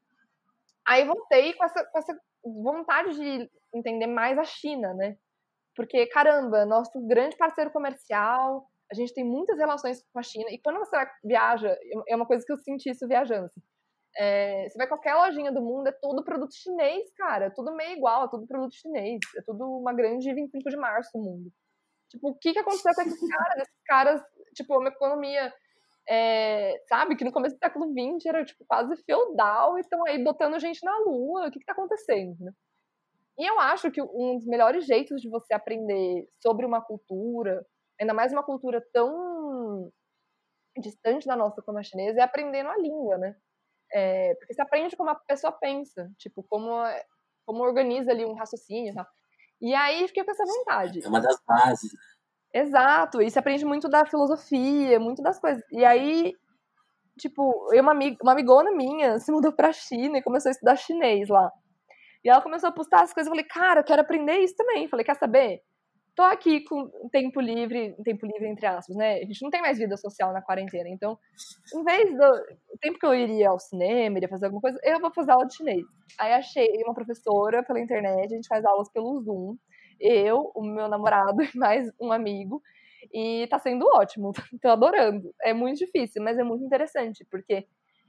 Aí voltei com essa vontade de entender mais a China, né? Porque, caramba, nosso grande parceiro comercial, a gente tem muitas relações com a China. E quando você viaja, é uma coisa que eu senti isso viajando. Assim. Você vai em qualquer lojinha do mundo, é tudo produto chinês, cara. É tudo meio igual, é tudo produto chinês. É tudo uma grande 25 de março do mundo. Tipo, o que aconteceu com esses caras? Esses caras, tipo, uma economia, sabe, que no começo do século XX era, tipo, quase feudal e estão aí botando gente na lua. O que tá acontecendo, né? E eu acho que um dos melhores jeitos de você aprender sobre uma cultura, ainda mais uma cultura tão distante da nossa como a chinesa, é aprendendo a língua, né? Porque você aprende como a pessoa pensa, tipo, como organiza ali um raciocínio e tal. E aí fiquei com essa vontade. É uma das bases. Exato, e você aprende muito da filosofia, muito das coisas. E aí, tipo, uma amigona minha se mudou pra China e começou a estudar chinês lá. E ela começou a postar as coisas, eu falei, cara, eu quero aprender isso também. Falei, quer saber? Tô aqui com tempo livre entre aspas, né? A gente não tem mais vida social na quarentena, então, em vez do tempo que eu iria ao cinema, iria fazer alguma coisa, eu vou fazer aula de chinês. Aí achei uma professora pela internet, a gente faz aulas pelo Zoom, eu, o meu namorado e mais um amigo, e tá sendo ótimo, tô adorando. É muito difícil, mas é muito interessante, porque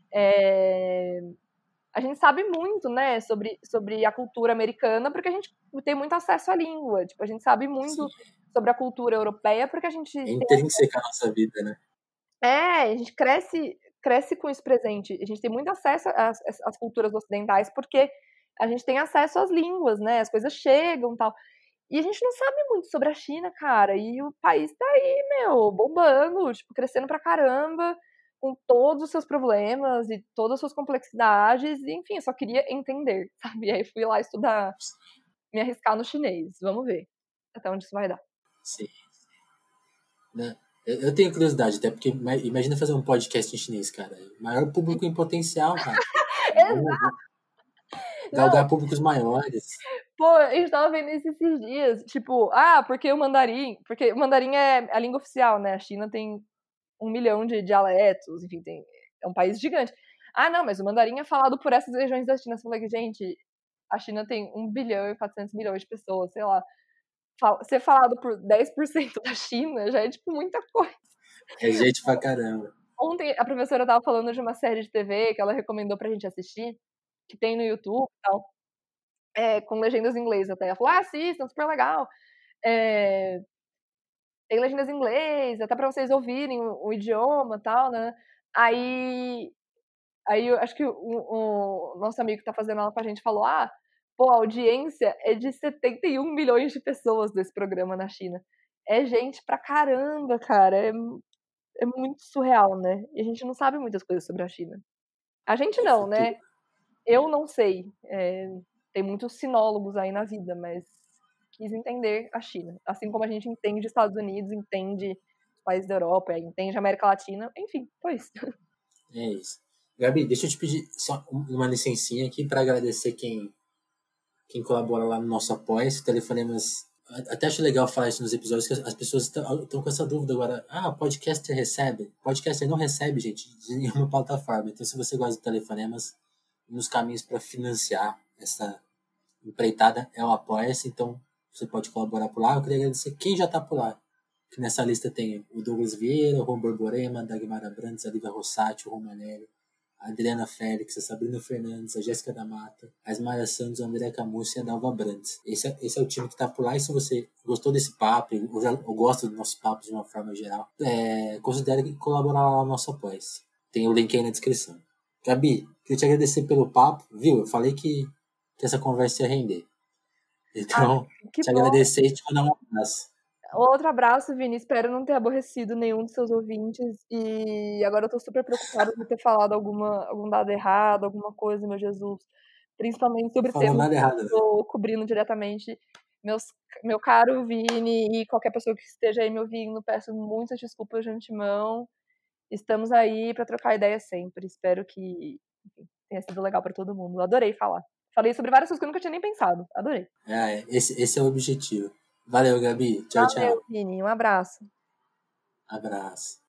a gente sabe muito, né, sobre a cultura americana, porque a gente tem muito acesso à língua. Tipo, a gente sabe muito sobre a cultura europeia, porque a gente é intrínseca a nossa vida, né? a gente cresce com isso presente. A gente tem muito acesso às culturas ocidentais, porque a gente tem acesso às línguas, né? As coisas chegam e tal. E a gente não sabe muito sobre a China, cara. E o país tá aí, meu, bombando, tipo, crescendo pra caramba, com todos os seus problemas e todas as suas complexidades. E, enfim, eu só queria entender, sabe? E aí fui lá estudar, me arriscar no chinês. Vamos ver até onde isso vai dar. Sim. Né? Eu tenho curiosidade, até porque imagina fazer um podcast em chinês, cara. Maior público em potencial, cara. Exato! Galgar públicos maiores. Pô, a gente tava vendo isso esses dias. Tipo, porque o mandarim. Porque o mandarim é a língua oficial, né? A China tem 1 milhão de dialetos, enfim, é um país gigante. Não, mas o mandarim é falado por essas regiões da China. Você fala que, gente, a China tem 1 bilhão e 400 milhões de pessoas, sei lá. Ser falado por 10% da China já é, tipo, muita coisa. É gente pra caramba. Ontem a professora tava falando de uma série de TV que ela recomendou pra gente assistir, que tem no YouTube e tal, com legendas em inglês até. Ela falou, assistam, super legal. Tem legendas em inglês, até pra vocês ouvirem o idioma e tal, né? Aí eu acho que o nosso amigo que tá fazendo aula com a gente falou, pô, a audiência é de 71 milhões de pessoas desse programa na China. É gente pra caramba, cara. É muito surreal, né? E a gente não sabe muitas coisas sobre a China. A gente É o não, futuro. né? Eu não sei. Tem muitos sinólogos aí na vida, mas quis entender a China. Assim como a gente entende Estados Unidos, entende os países da Europa, entende a América Latina. Enfim, foi isso. É isso. Gabi, deixa eu te pedir só uma licencinha aqui para agradecer quem colabora lá no nosso apoia-se, telefonemas. Até acho legal falar isso nos episódios, que as pessoas estão com essa dúvida agora. Podcaster recebe? Podcaster não recebe, gente, de nenhuma plataforma. Então, se você gosta de telefonemas, nos caminhos para financiar essa empreitada é o apoia-se. Então, você pode colaborar por lá. Eu queria agradecer quem já está por lá. Que nessa lista tem o Douglas Vieira, o Ron Borborema, Dagmar Abrantes, a Lívia Rossati, o Romanelli, a Adriana Félix, a Sabrina Fernandes, a Jéssica da Mata, a Ismael Santos, a André Camus e a Dalva Brandes. Esse é o time que tá por lá. E se você gostou desse papo, eu gosto do nosso papo de uma forma geral, considere colaborar lá no nosso apoio. Tem o link aí na descrição. Gabi, queria te agradecer pelo papo, viu? Eu falei que essa conversa ia render. Então, que te bom. agradecer e te mandar um abraço. Outro abraço, Vini. Espero não ter aborrecido nenhum dos seus ouvintes. E agora eu tô super preocupada por ter falado algum dado errado, alguma coisa, meu Jesus. Principalmente sobre Falou temas nada que eu errado, né? estou cobrindo diretamente. Meu caro Vini e qualquer pessoa que esteja aí me ouvindo, peço muitas desculpas de antemão. Estamos aí para trocar ideias sempre. Espero que enfim, tenha sido legal para todo mundo. Adorei falar. Falei sobre várias coisas que eu nunca tinha nem pensado. Adorei. Esse é o objetivo. Valeu, Gabi. Tchau, Valeu, tchau. Vini. Um abraço. Abraço.